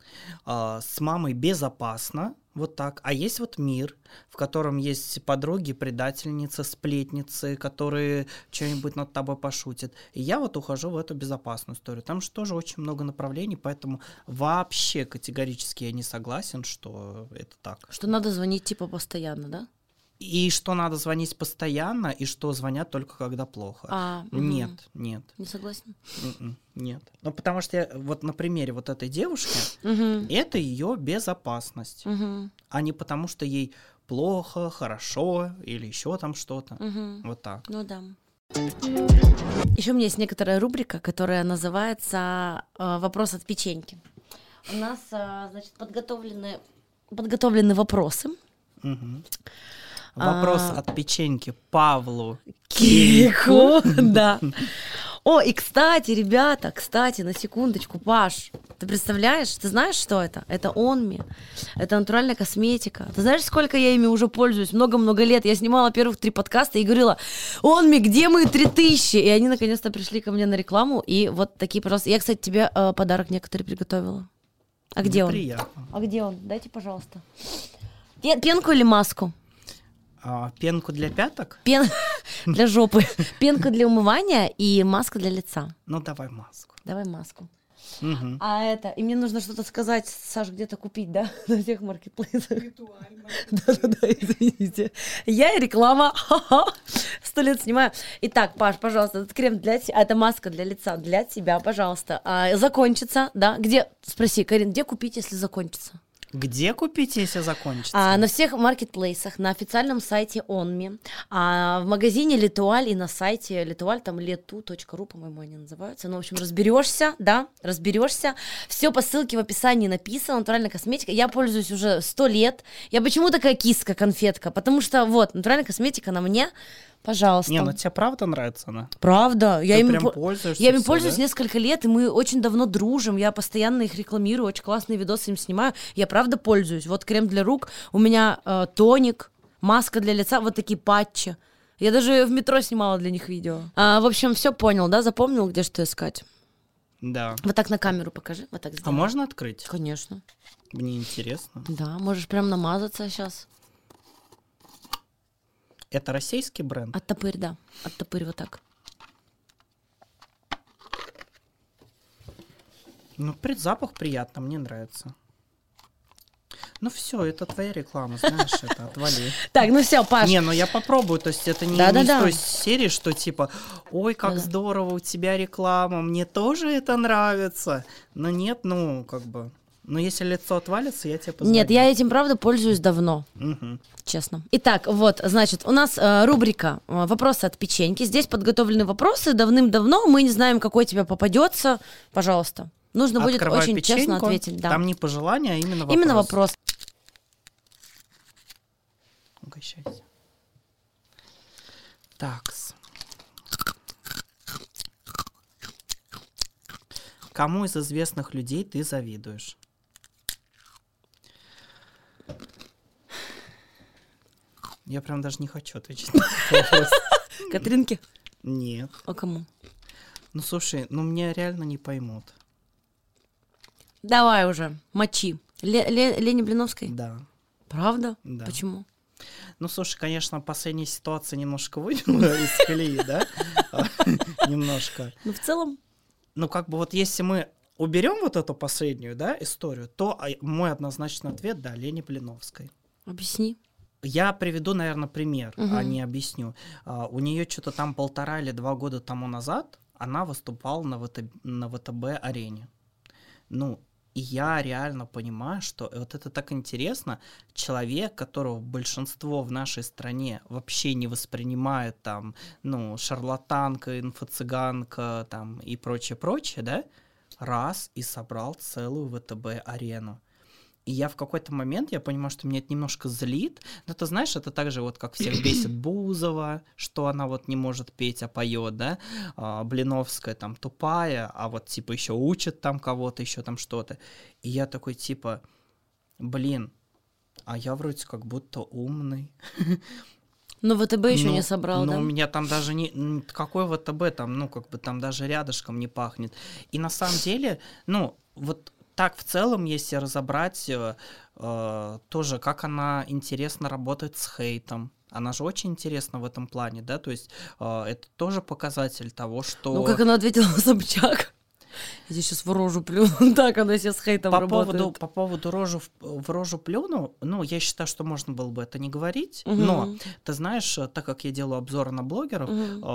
с мамой безопасно, вот так. А есть вот мир, в котором есть подруги, предательницы, сплетницы, которые что-нибудь над тобой пошутят. И я вот ухожу в эту безопасную историю. Там же тоже очень много направлений, поэтому вообще категорически я не согласен, что это так. Что надо звонить типа постоянно, да? И что надо звонить постоянно, и что звонят только когда плохо. Нет. Не согласна? Нет. Ну, потому что вот на примере вот этой девушки, это ее безопасность, а не потому что ей плохо, хорошо или еще там что-то. Вот так. Ну да. Еще у меня есть некоторая рубрика, которая называется «Вопрос от печеньки». У нас, значит, подготовлены вопросы. Вопрос от печеньки Павлу Кику. Да. О, и кстати, ребята, на секундочку, Паш, ты представляешь, ты знаешь, что это? Это Онми, это натуральная косметика. Ты знаешь, сколько я ими уже пользуюсь? Много-много лет. Я снимала первых 3 подкаста и говорила: Онми, где мои 3000? И они наконец-то пришли ко мне на рекламу. И вот такие, пожалуйста. Я, кстати, тебе подарок некоторый приготовила. А где он? Приятно. А где он? Дайте, пожалуйста. Пенку или маску? Пенку для пяток? Для жопы. Пенка для умывания и маска для лица. Ну, давай маску. Давай маску. И мне нужно что-то сказать, Саш, где-то купить, да? На всех маркетплейсах. Ритуально. Да, извините. Я и реклама. 100 лет снимаю. Итак, Паш, пожалуйста, этот крем для тебя, это маска для лица для тебя, пожалуйста. Закончится, да? Где, спроси, Карин, где купить, если закончится? Где купить, если закончится? На всех маркетплейсах, на официальном сайте Onme, в магазине Летуаль и на сайте Летуаль, там letu.ru, по-моему, они называются. Ну, в общем, разберешься. Все по ссылке в описании написано, натуральная косметика. Я пользуюсь уже 100 лет. Я почему такая киска, конфетка? Потому что вот, натуральная косметика на мне, пожалуйста. Не, ну тебе правда нравится она? Правда. Я ими пользуюсь пользуюсь несколько лет, и мы очень давно дружим. Я постоянно их рекламирую, очень классные видосы им снимаю. Я правда пользуюсь. Вот крем для рук, у меня тоник, маска для лица, вот такие патчи. Я даже в метро снимала для них видео. В общем, все понял, да? Запомнил, где что искать? Да. Вот так на камеру покажи. Вот так сделай. А можно открыть? Конечно. Мне интересно. Да, можешь прям намазаться сейчас. Это российский бренд? Оттопырь, да. Оттопырь вот так. Ну, запах приятно, мне нравится. Ну все, это твоя реклама, знаешь, это отвали. Так, ну все, Паш. Не, ну я попробую, то есть это не из той серии, что типа, ой, как здорово, у тебя реклама, мне тоже это нравится. Но нет, ну, как бы, но если лицо отвалится, я тебе позвоню. Нет, я этим, правда, пользуюсь давно, честно. Итак, вот, значит, у нас рубрика «Вопросы от печеньки». Здесь подготовлены вопросы давным-давно, мы не знаем, какой тебе попадется. Пожалуйста. Нужно будет очень печеньку, честно ответить. Да. Там не пожелание, а именно вопрос. Именно вопрос. Угощайся. Такс. Кому из известных людей ты завидуешь? Я прям даже не хочу отвечать на этот вопрос. Катринке? Нет. А кому? Ну, слушай, меня реально не поймут. Давай уже, мочи. Лене Блиновской? Да. Правда? Да. Почему? Ну, слушай, конечно, последняя ситуация немножко выбила из колеи, да? Немножко. Ну, в целом... Ну, как бы вот если мы уберем вот эту последнюю, да, историю, то мой однозначный ответ, да, Лене Блиновской. Объясни. Я приведу, наверное, пример, а не объясню. У нее что-то там 1,5 или 2 года тому назад она выступала на ВТБ-арене. Ну, и я реально понимаю, что вот это так интересно. Человек, которого большинство в нашей стране вообще не воспринимает, там, ну, шарлатанка, инфо-цыганка, там, и прочее, да, раз и собрал целую ВТБ-арену. И я в какой-то момент, я понимаю, что меня это немножко злит. Но ты знаешь, это так же, вот как всех бесит Бузова, что она вот не может петь, а поет, да? Блиновская там тупая, а вот типа еще учит там кого-то, еще там что-то. И я такой типа, блин, а я вроде как будто умный. Но ВТБ еще не собрал, да? Ну, у меня там даже не... Какой ВТБ там, ну, как бы там даже рядышком не пахнет. И на самом деле, ну, вот... Так, в целом, если разобрать, тоже, как она интересно работает с хейтом. Она же очень интересна в этом плане, да, то есть это тоже показатель того, что... Ну, как она ответила на Собчак. Я тебе сейчас в рожу плюну, так она сейчас с хейтом работает. По поводу в рожу плюну, ну, я считаю, что можно было бы это не говорить, но, ты знаешь, так как я делаю обзоры на блогеров,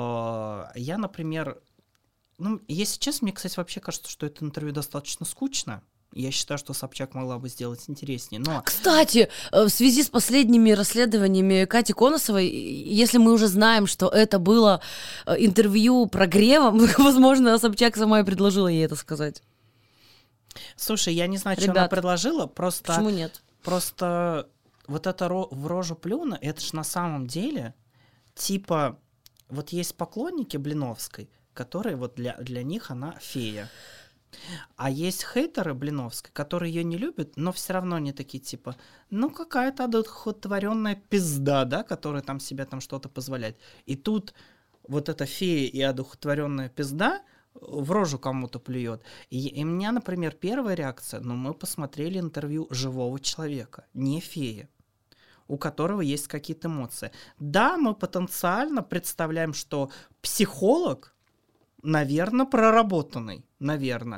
я, например... Ну, если честно, мне, кстати, вообще кажется, что это интервью достаточно скучно. Я считаю, что Собчак могла бы сделать интереснее, но... Кстати, в связи с последними расследованиями Кати Конусовой, если мы уже знаем, что это было интервью прогревом, возможно, Собчак сама и предложила ей это сказать. Слушай, я не знаю, что она предложила, просто... Почему нет? Просто вот это в рожу плюну, это же на самом деле, типа, вот есть поклонники Блиновской, которые вот для них она фея. А есть хейтеры Блиновской, которые ее не любят, но все равно они такие типа, ну какая-то одухотворенная пизда, да, которая там себе там что-то позволяет. И тут вот эта фея и одухотворенная пизда в рожу кому-то плюет. И у меня, например, первая реакция, ну мы посмотрели интервью живого человека, не феи, у которого есть какие-то эмоции. Да, мы потенциально представляем, что психолог, наверное, проработанный, наверное.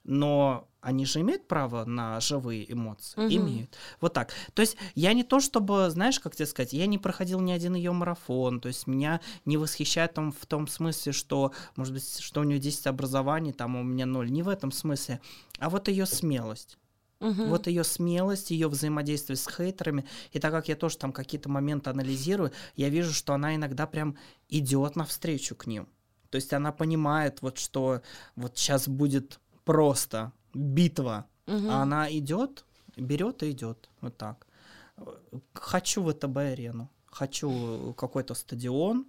Но они же имеют право на живые эмоции? Имеют. Вот так. То есть я не то, чтобы, знаешь, как тебе сказать, я не проходил ни один ее марафон, то есть меня не восхищает там, в том смысле, что, может быть, что у нее 10 образований, там у меня 0. Не в этом смысле. А вот ее смелость. Вот ее смелость, ее взаимодействие с хейтерами. И так как я тоже там какие-то моменты анализирую, я вижу, что она иногда прям идет навстречу к ним. То есть она понимает, вот что вот сейчас будет просто битва, а она идет, берет и идет. Вот так. Хочу ВТБ-арену, хочу какой-то стадион,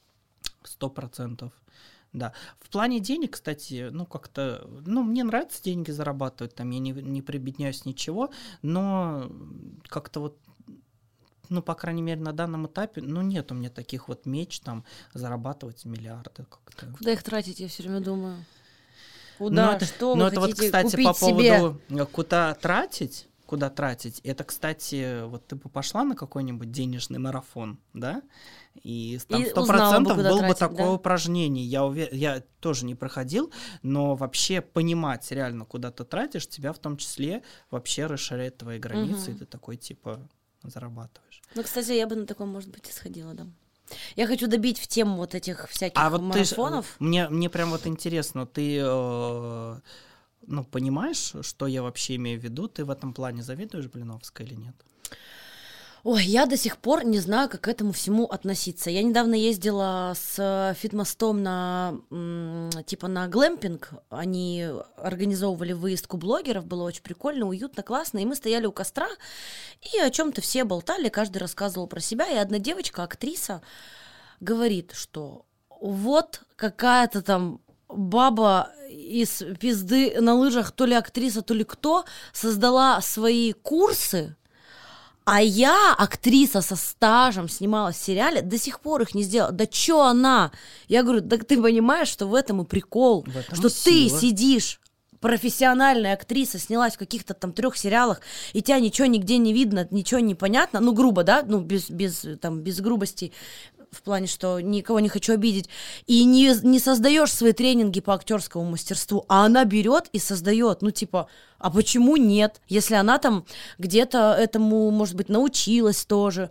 100%. Да. В плане денег, кстати, как-то, мне нравится деньги зарабатывать, там я не прибедняюсь ничего, но как-то вот, по крайней мере, на данном этапе, нет у меня таких вот меч, там, зарабатывать миллиарды как-то. Куда их тратить, я все время думаю. Куда, что вы это хотите вот, кстати, купить по поводу себе? Куда тратить, это, кстати, вот ты бы пошла на какой-нибудь денежный марафон, да, и там 100% было бы такое упражнение. Я тоже не проходил, но вообще понимать реально, куда ты тратишь, тебя в том числе вообще расширяет твои границы, и ты такой, типа, зарабатываешь. Кстати, я бы на таком, может быть, и сходила, да. Я хочу добить в тему вот этих всяких марафонов. Мне прям вот интересно, ты... понимаешь, что я вообще имею в виду? Ты в этом плане завидуешь Блиновской или нет? Ой, я до сих пор не знаю, как к этому всему относиться. Я недавно ездила с Фитмостом на глэмпинг. Они организовывали выездку блогеров, было очень прикольно, уютно, классно. И мы стояли у костра, и о чем-то все болтали, каждый рассказывал про себя. И одна девочка, актриса, говорит, что вот какая-то там баба из пизды на лыжах, то ли актриса, то ли кто, создала свои курсы, а я, актриса со стажем, снималась в сериале, до сих пор их не сделала. Да чё она? Я говорю, да ты понимаешь, что в этом и прикол, что ты сидишь, профессиональная актриса, снялась в каких-то там 3 сериалах, и тебя ничего нигде не видно, ничего не понятно, грубо, да, без грубости, в плане, что никого не хочу обидеть, и не создаешь свои тренинги по актерскому мастерству, а она берет и создает, а почему нет, если она там где-то этому, может быть, научилась тоже,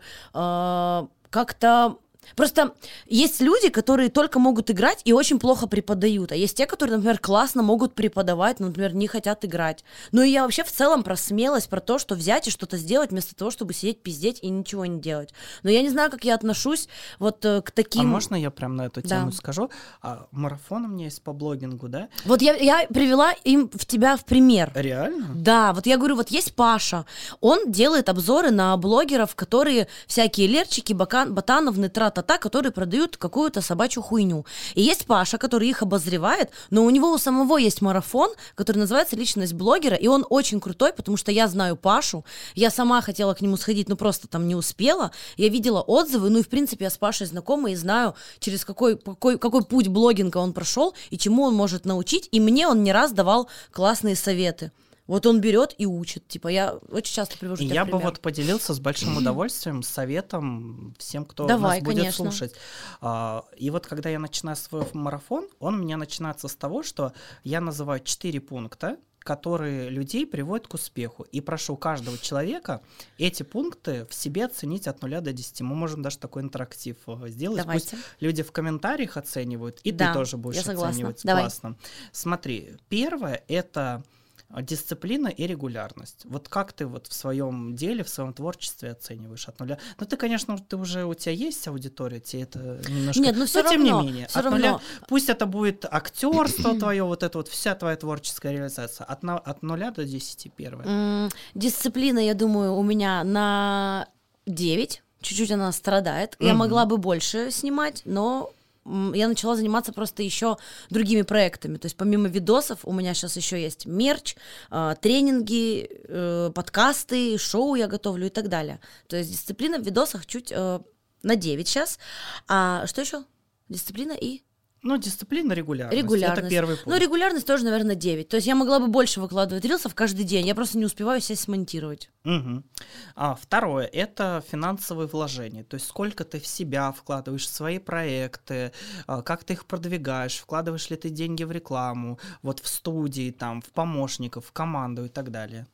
как-то... Просто есть люди, которые только могут играть и очень плохо преподают, а есть те, которые, например, классно могут преподавать, но, например, не хотят играть. Ну и я вообще в целом про смелость, про то, что взять и что-то сделать вместо того, чтобы сидеть, пиздеть и ничего не делать. Но я не знаю, как я отношусь вот к таким... А можно я прям на эту тему скажу? Марафон у меня есть по блогингу, да? Вот я привела тебя в пример. Реально? Да, вот я говорю, вот есть Паша, он делает обзоры на блогеров, которые всякие Лерчики, Ботановны, которые продают какую-то собачью хуйню. И есть Паша, который их обозревает, но у него у самого есть марафон, который называется «Личность блогера», и он очень крутой, потому что я знаю Пашу, я сама хотела к нему сходить, но просто там не успела, я видела отзывы, и в принципе я с Пашей знакома и знаю, через какой путь блогинга он прошел и чему он может научить, и мне он не раз давал классные советы. Вот он берет и учит. Я очень часто привожу тебя в пример. Я бы вот поделился с большим удовольствием советом всем, кто нас будет слушать. И вот когда я начинаю свой марафон, он у меня начинается с того, что я называю 4 пункта, которые людей приводят к успеху. И прошу каждого человека эти пункты в себе оценить от 0 до 10. Мы можем даже такой интерактив сделать. Давайте. Пусть люди в комментариях оценивают, и ты тоже будешь оценивать. Классно. Смотри, первое — это... дисциплина и регулярность. Вот как ты вот в своем деле, в своем творчестве оцениваешь от 0? Ну, ты, конечно, у тебя есть аудитория, тебе это немножко... Нет, но все равно. Тем не менее, от 0, пусть это будет актерство твое, вот это вот вся твоя творческая реализация. От 0 до 10 первое. Дисциплина, я думаю, у меня на 9. Чуть-чуть она страдает. Я могла бы больше снимать, но... я начала заниматься просто еще другими проектами. То есть помимо видосов у меня сейчас еще есть мерч, тренинги, подкасты, шоу я готовлю и так далее. То есть дисциплина в видосах чуть на 9 сейчас. А что еще? Дисциплина и... дисциплина, регулярность. Это первый пункт. Регулярность тоже, наверное, 9. То есть я могла бы больше выкладывать рилсов каждый день. Я просто не успеваю себя смонтировать. Угу. Второе — это финансовые вложения. То есть сколько ты в себя вкладываешь, в свои проекты, как ты их продвигаешь, вкладываешь ли ты деньги в рекламу, вот в студии, там, в помощников, в команду и так далее.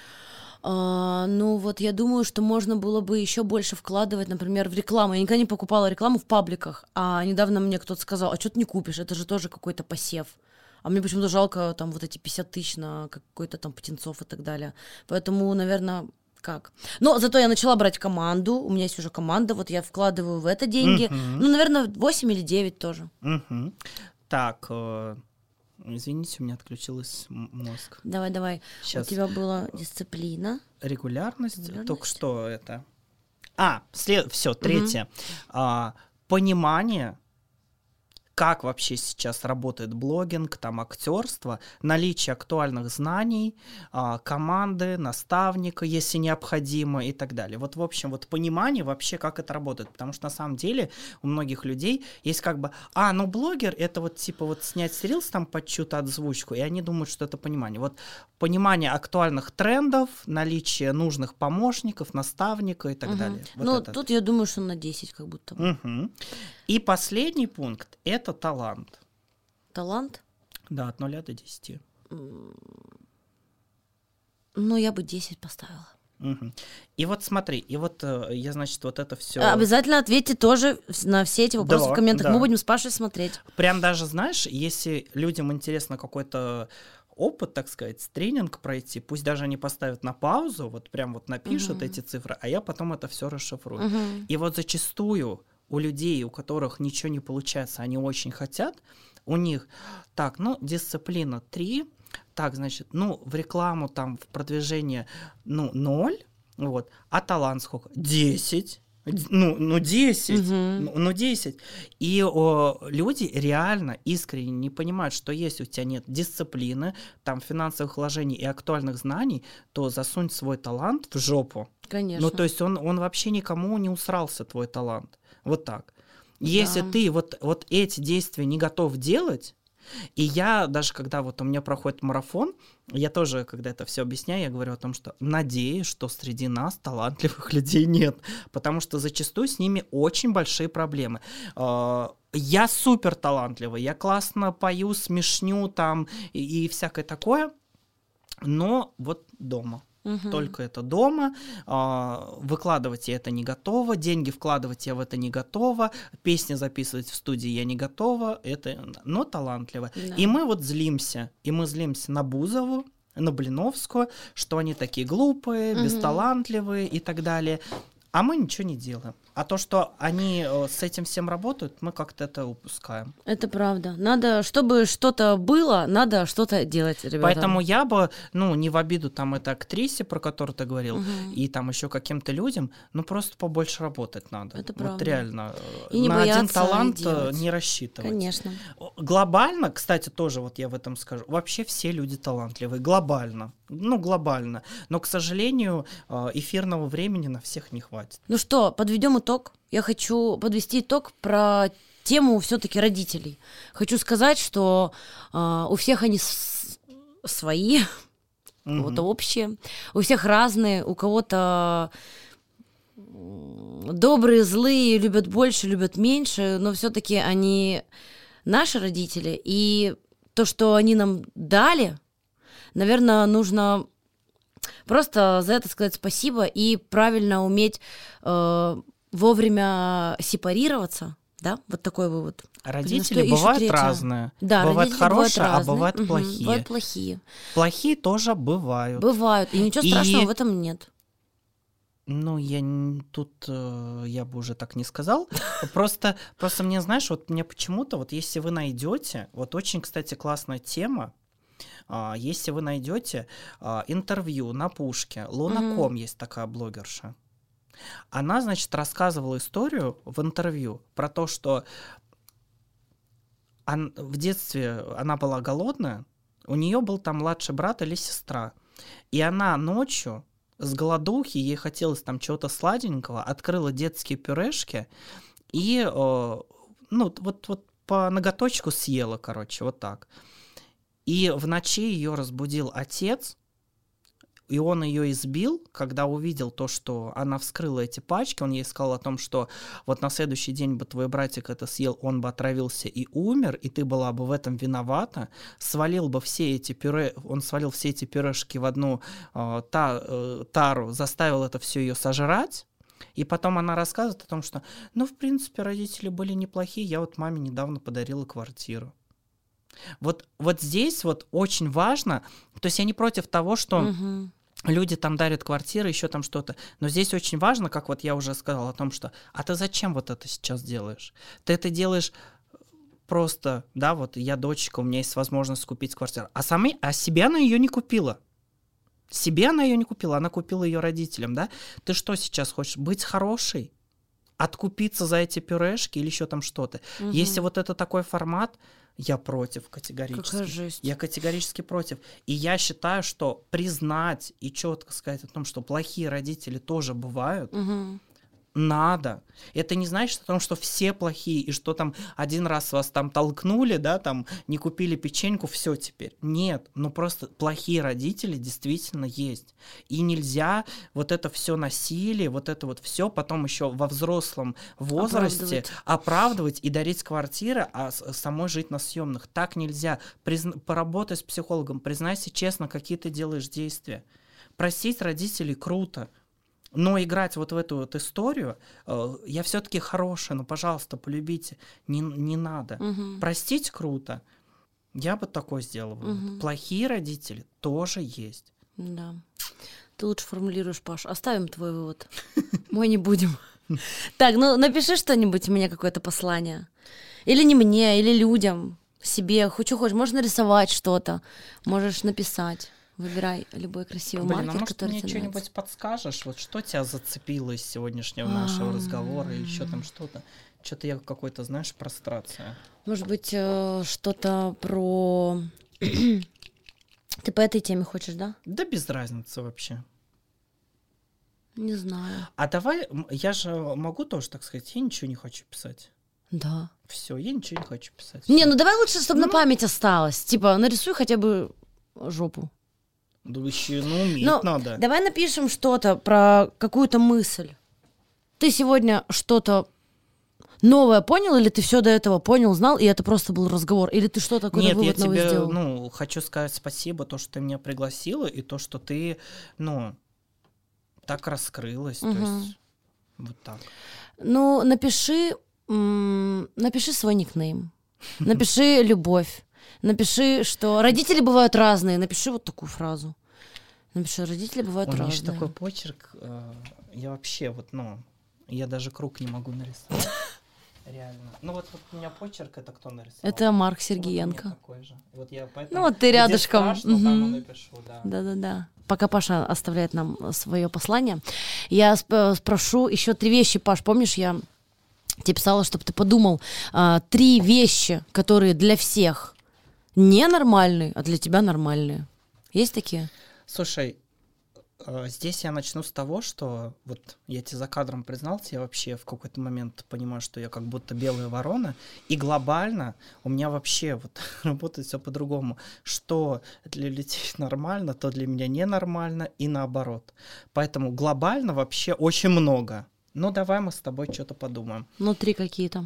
Я думаю, что можно было бы еще больше вкладывать, например, в рекламу. Я никогда не покупала рекламу в пабликах, а недавно мне кто-то сказал, а что ты не купишь, это же тоже какой-то посев. А мне почему-то жалко там вот эти 50 тысяч на какой-то там птенцов и так далее. Поэтому, наверное, как. Но зато я начала брать команду, у меня есть уже команда, вот я вкладываю в это деньги. Ну, наверное, 8 или 9 тоже. Так, извините, у меня отключился мозг. Давай. Сейчас. У тебя была дисциплина. Регулярность? Только что это? Все, третье. Понимание, как вообще сейчас работает блогинг, там актерство, наличие актуальных знаний, команды, наставника, если необходимо, и так далее. Вот, в общем, вот понимание вообще, как это работает. Потому что на самом деле у многих людей есть как бы, блогер — это вот типа вот снять рилс там под чью-то озвучку, и они думают, что это понимание. Вот понимание актуальных трендов, наличие нужных помощников, наставника и так далее. Вот тут я думаю, что на 10 как будто бы. И последний пункт — это талант. Талант? Да, от 0 до 10. Ну, я бы 10 поставила. И вот смотри, и вот я, значит, вот это все. Обязательно ответьте тоже на все эти вопросы в комментах. Мы будем с Пашей смотреть. Прям даже, знаешь, если людям интересно какой-то опыт, так сказать, тренинг пройти, пусть даже они поставят на паузу, вот прям вот напишут эти цифры, а я потом это все расшифрую. И вот зачастую у людей, у которых ничего не получается, они очень хотят, у них, так, дисциплина 3, так, значит, в рекламу, там, в продвижение, 0, вот, а талант сколько? 10. 10. 10. И люди реально искренне не понимают, что если у тебя нет дисциплины, там, финансовых вложений и актуальных знаний, то засунь свой талант в жопу. Конечно. То есть он вообще никому не усрался, твой талант. Вот так. Если ты вот эти действия не готов делать, и я даже, когда вот у меня проходит марафон, я тоже, когда это все объясняю, я говорю о том, что надеюсь, что среди нас талантливых людей нет, потому что зачастую с ними очень большие проблемы. Я супер талантливый, я классно пою, смешню там и всякое такое, но вот дома. Только это дома, выкладывать я это не готова, деньги вкладывать я в это не готова, песни записывать в студии я не готова, но талантливо. Да. И мы вот злимся, на Бузову, на Блиновскую, что они такие глупые, бесталантливые и так далее, а мы ничего не делаем. А то, что они с этим всем работают, мы как-то это упускаем. Это правда. Надо, чтобы что-то было, надо что-то делать, ребята. Поэтому я бы, не в обиду там этой актрисе, про которую ты говорил, и там еще каким-то людям, просто побольше работать надо. Это правда. Вот реально. И не на один талант делать. Не рассчитывать. Конечно. Глобально, кстати, тоже вот я в этом скажу, вообще все люди талантливые. Глобально. Глобально. Но, к сожалению, эфирного времени на всех не хватит. Ну что, подведем итог. Я хочу подвести итог про тему все-таки родителей. Хочу сказать, что у всех они свои, у кого-то общие, у всех разные, у кого-то добрые, злые, любят больше, любят меньше, но все-таки они наши родители, и то, что они нам дали, наверное, нужно просто за это сказать спасибо и правильно уметь вовремя сепарироваться, да, вот такой вывод. Родители бывают разные. Да, бывают хорошие, разные, а бывают плохие. Бывают плохие. Плохие тоже бывают. Бывают, и ничего страшного в этом нет. Я бы уже так не сказал. Просто мне, знаешь, вот мне почему-то, вот если вы найдете, вот очень, кстати, классная тема, если вы найдете интервью на Пушке, Луна.ком есть такая блогерша, она, значит, рассказывала историю в интервью про то, что в детстве она была голодная, у нее был там младший брат или сестра, и она ночью с голодухи, ей хотелось там чего-то сладенького, открыла детские пюрешки и вот по ноготочку съела, короче, вот так. И в ночи ее разбудил отец, и он ее избил, когда увидел то, что она вскрыла эти пачки, он ей сказал о том, что вот на следующий день бы твой братик это съел, он бы отравился и умер, и ты была бы в этом виновата, свалил все эти пюрешки в одну тару, заставил это все ее сожрать, и потом она рассказывает о том, что, в принципе, родители были неплохие, я вот маме недавно подарила квартиру. Вот здесь вот очень важно, то есть я не против того, что люди там дарят квартиры, еще там что-то, но здесь очень важно, как вот я уже сказала о том, что, а ты зачем вот это сейчас делаешь? Ты это делаешь просто, да, вот я дочка, у меня есть возможность купить квартиру, а себе она ее не купила. Себе она ее не купила, она купила ее родителям, да? Ты что сейчас хочешь? Быть хорошей? Откупиться за эти пюрешки или еще там что-то? Если вот это такой формат, я против категорически. Какая жесть. Я категорически против. И я считаю, что признать и четко сказать о том, что плохие родители тоже бывают, надо. Это не значит о том, что все плохие, и что там один раз вас там толкнули, да, там не купили печеньку, все теперь. Нет, ну просто плохие родители действительно есть. И нельзя вот это все насилие, вот это вот все потом еще во взрослом возрасте оправдывать и дарить квартиры, а самой жить на съемных. Так нельзя. Поработай с психологом, признайся честно, какие ты делаешь действия. Простить родителей круто. Но играть вот в эту вот историю, я все-таки хорошая, но, пожалуйста, полюбите, не надо. Простить круто, я бы такое сделала. Плохие родители тоже есть. Да. Ты лучше формулируешь, Паш. Оставим твой вывод. Мой не будем. Так, ну напиши что-нибудь мне, какое-то послание. Или не мне, или людям, себе. Что хочешь, можешь нарисовать что-то, можешь написать. Выбирай любой красивый маркер, может, который мне тебе что-нибудь нравится. подскажешь? Вот что тебя зацепило из сегодняшнего нашего разговора или еще там что-то? Что-то я какой-то, знаешь, прострация. Может быть, что-то про... Ты по этой теме хочешь, да? Да без разницы вообще. Не знаю. А давай, я же могу тоже так сказать, я ничего не хочу писать. Да. Все, я ничего не хочу писать. Не, ну давай лучше, чтобы на память осталось. Типа, нарисуй хотя бы жопу. Да еще, уметь надо. Давай напишем что-то про какую-то мысль. Ты сегодня что-то новое понял, или ты все до этого понял, знал, и это просто был разговор? Или ты что-то какой-то вывод новый сделал? Нет, я тебе, хочу сказать спасибо, то, что ты меня пригласила, и то, что ты, так раскрылась, то есть вот так. Ну, напиши свой никнейм, напиши любовь. Напиши, что родители бывают разные. Напиши вот такую фразу. Напиши, родители бывают разные. У меня же такой почерк. Я вообще я даже круг не могу нарисовать. Реально. Вот у меня почерк, это кто нарисовал? Это Марк Сергиенко. Вот такой же. Вот я поэтому, вот ты рядышком. Страшно, там напишу, да. Да. Пока Паша оставляет нам свое послание, я спрошу еще 3 вещи. Паш, помнишь, я тебе писала, чтобы ты подумал 3 вещи, которые для всех ненормальные, а для тебя нормальные. Есть такие? Слушай, здесь я начну с того, что вот я тебе за кадром признался, я вообще в какой-то момент понимаю, что я как будто белая ворона, и глобально у меня вообще вот работает все по-другому. Что для людей нормально, то для меня ненормально, и наоборот. Поэтому глобально вообще очень много. Давай мы с тобой что-то подумаем. 3 какие-то.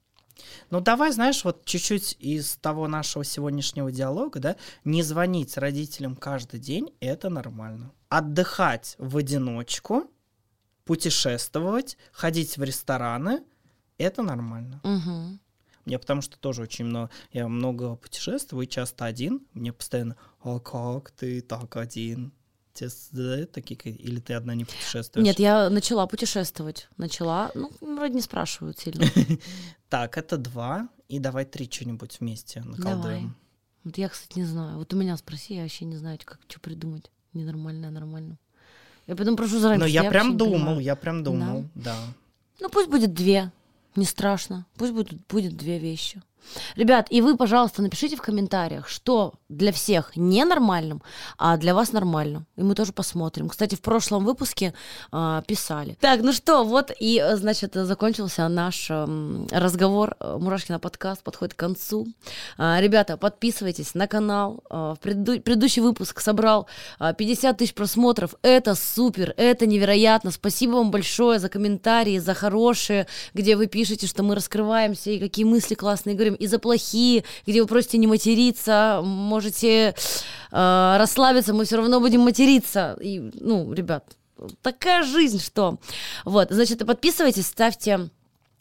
Давай, знаешь, вот чуть-чуть из того нашего сегодняшнего диалога, да, не звонить родителям каждый день, это нормально. Отдыхать в одиночку, путешествовать, ходить в рестораны, это нормально. Мне потому что тоже я много путешествую, и часто один, мне постоянно, а как ты так один? Тебе задают такие, или ты одна не путешествуешь? Нет, я начала путешествовать. Вроде не спрашивают сильно. Так, это 2, и давай 3 что-нибудь вместе наколдуем. Давай. Вот я, кстати, не знаю. Вот у меня спроси, я вообще не знаю, что придумать. Ненормальное, нормально. Я потом прошу заранее. Но я прям думал, да. Пусть будет 2, не страшно. Пусть будет 2 вещи. Ребят, и вы, пожалуйста, напишите в комментариях, что для всех ненормальным, а для вас нормально. И мы тоже посмотрим. Кстати, в прошлом выпуске писали. Так, вот и, значит, закончился наш разговор. Мурашкина подкаст подходит к концу. Ребята, подписывайтесь на канал. Предыдущий выпуск собрал 50 тысяч просмотров. Это супер, это невероятно. Спасибо вам большое за комментарии, за хорошие, где вы пишете, что мы раскрываемся и какие мысли классные говорим. И за плохие, где вы просите не материться, можете расслабиться, мы все равно будем материться. И, ребят, такая жизнь, что... Вот, значит, подписывайтесь, ставьте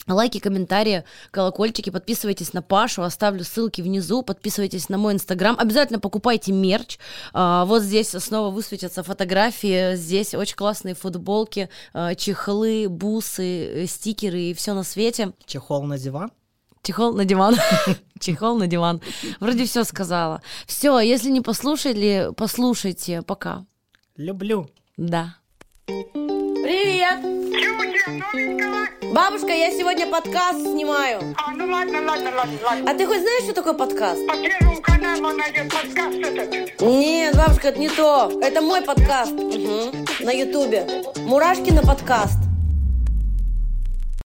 Лайки, комментарии, колокольчики, подписывайтесь на Пашу, оставлю ссылки внизу, подписывайтесь на мой инстаграм, обязательно покупайте мерч, вот здесь снова высветятся фотографии, здесь очень классные футболки, чехлы, бусы, стикеры и все на свете. Чехол на диван? Чехол на диван. Чехол на диван. Вроде все сказала. Все, если не послушали, послушайте. Пока. Люблю. Да. Привет! Чего тебе новенького? Бабушка, я сегодня подкаст снимаю. Ну ладно. А ты хоть знаешь, что такое подкаст? По Первому каналу найдет подкаст этот. Нет, бабушка, это не то. Это мой подкаст. На Ютубе. Мурашкина подкаст.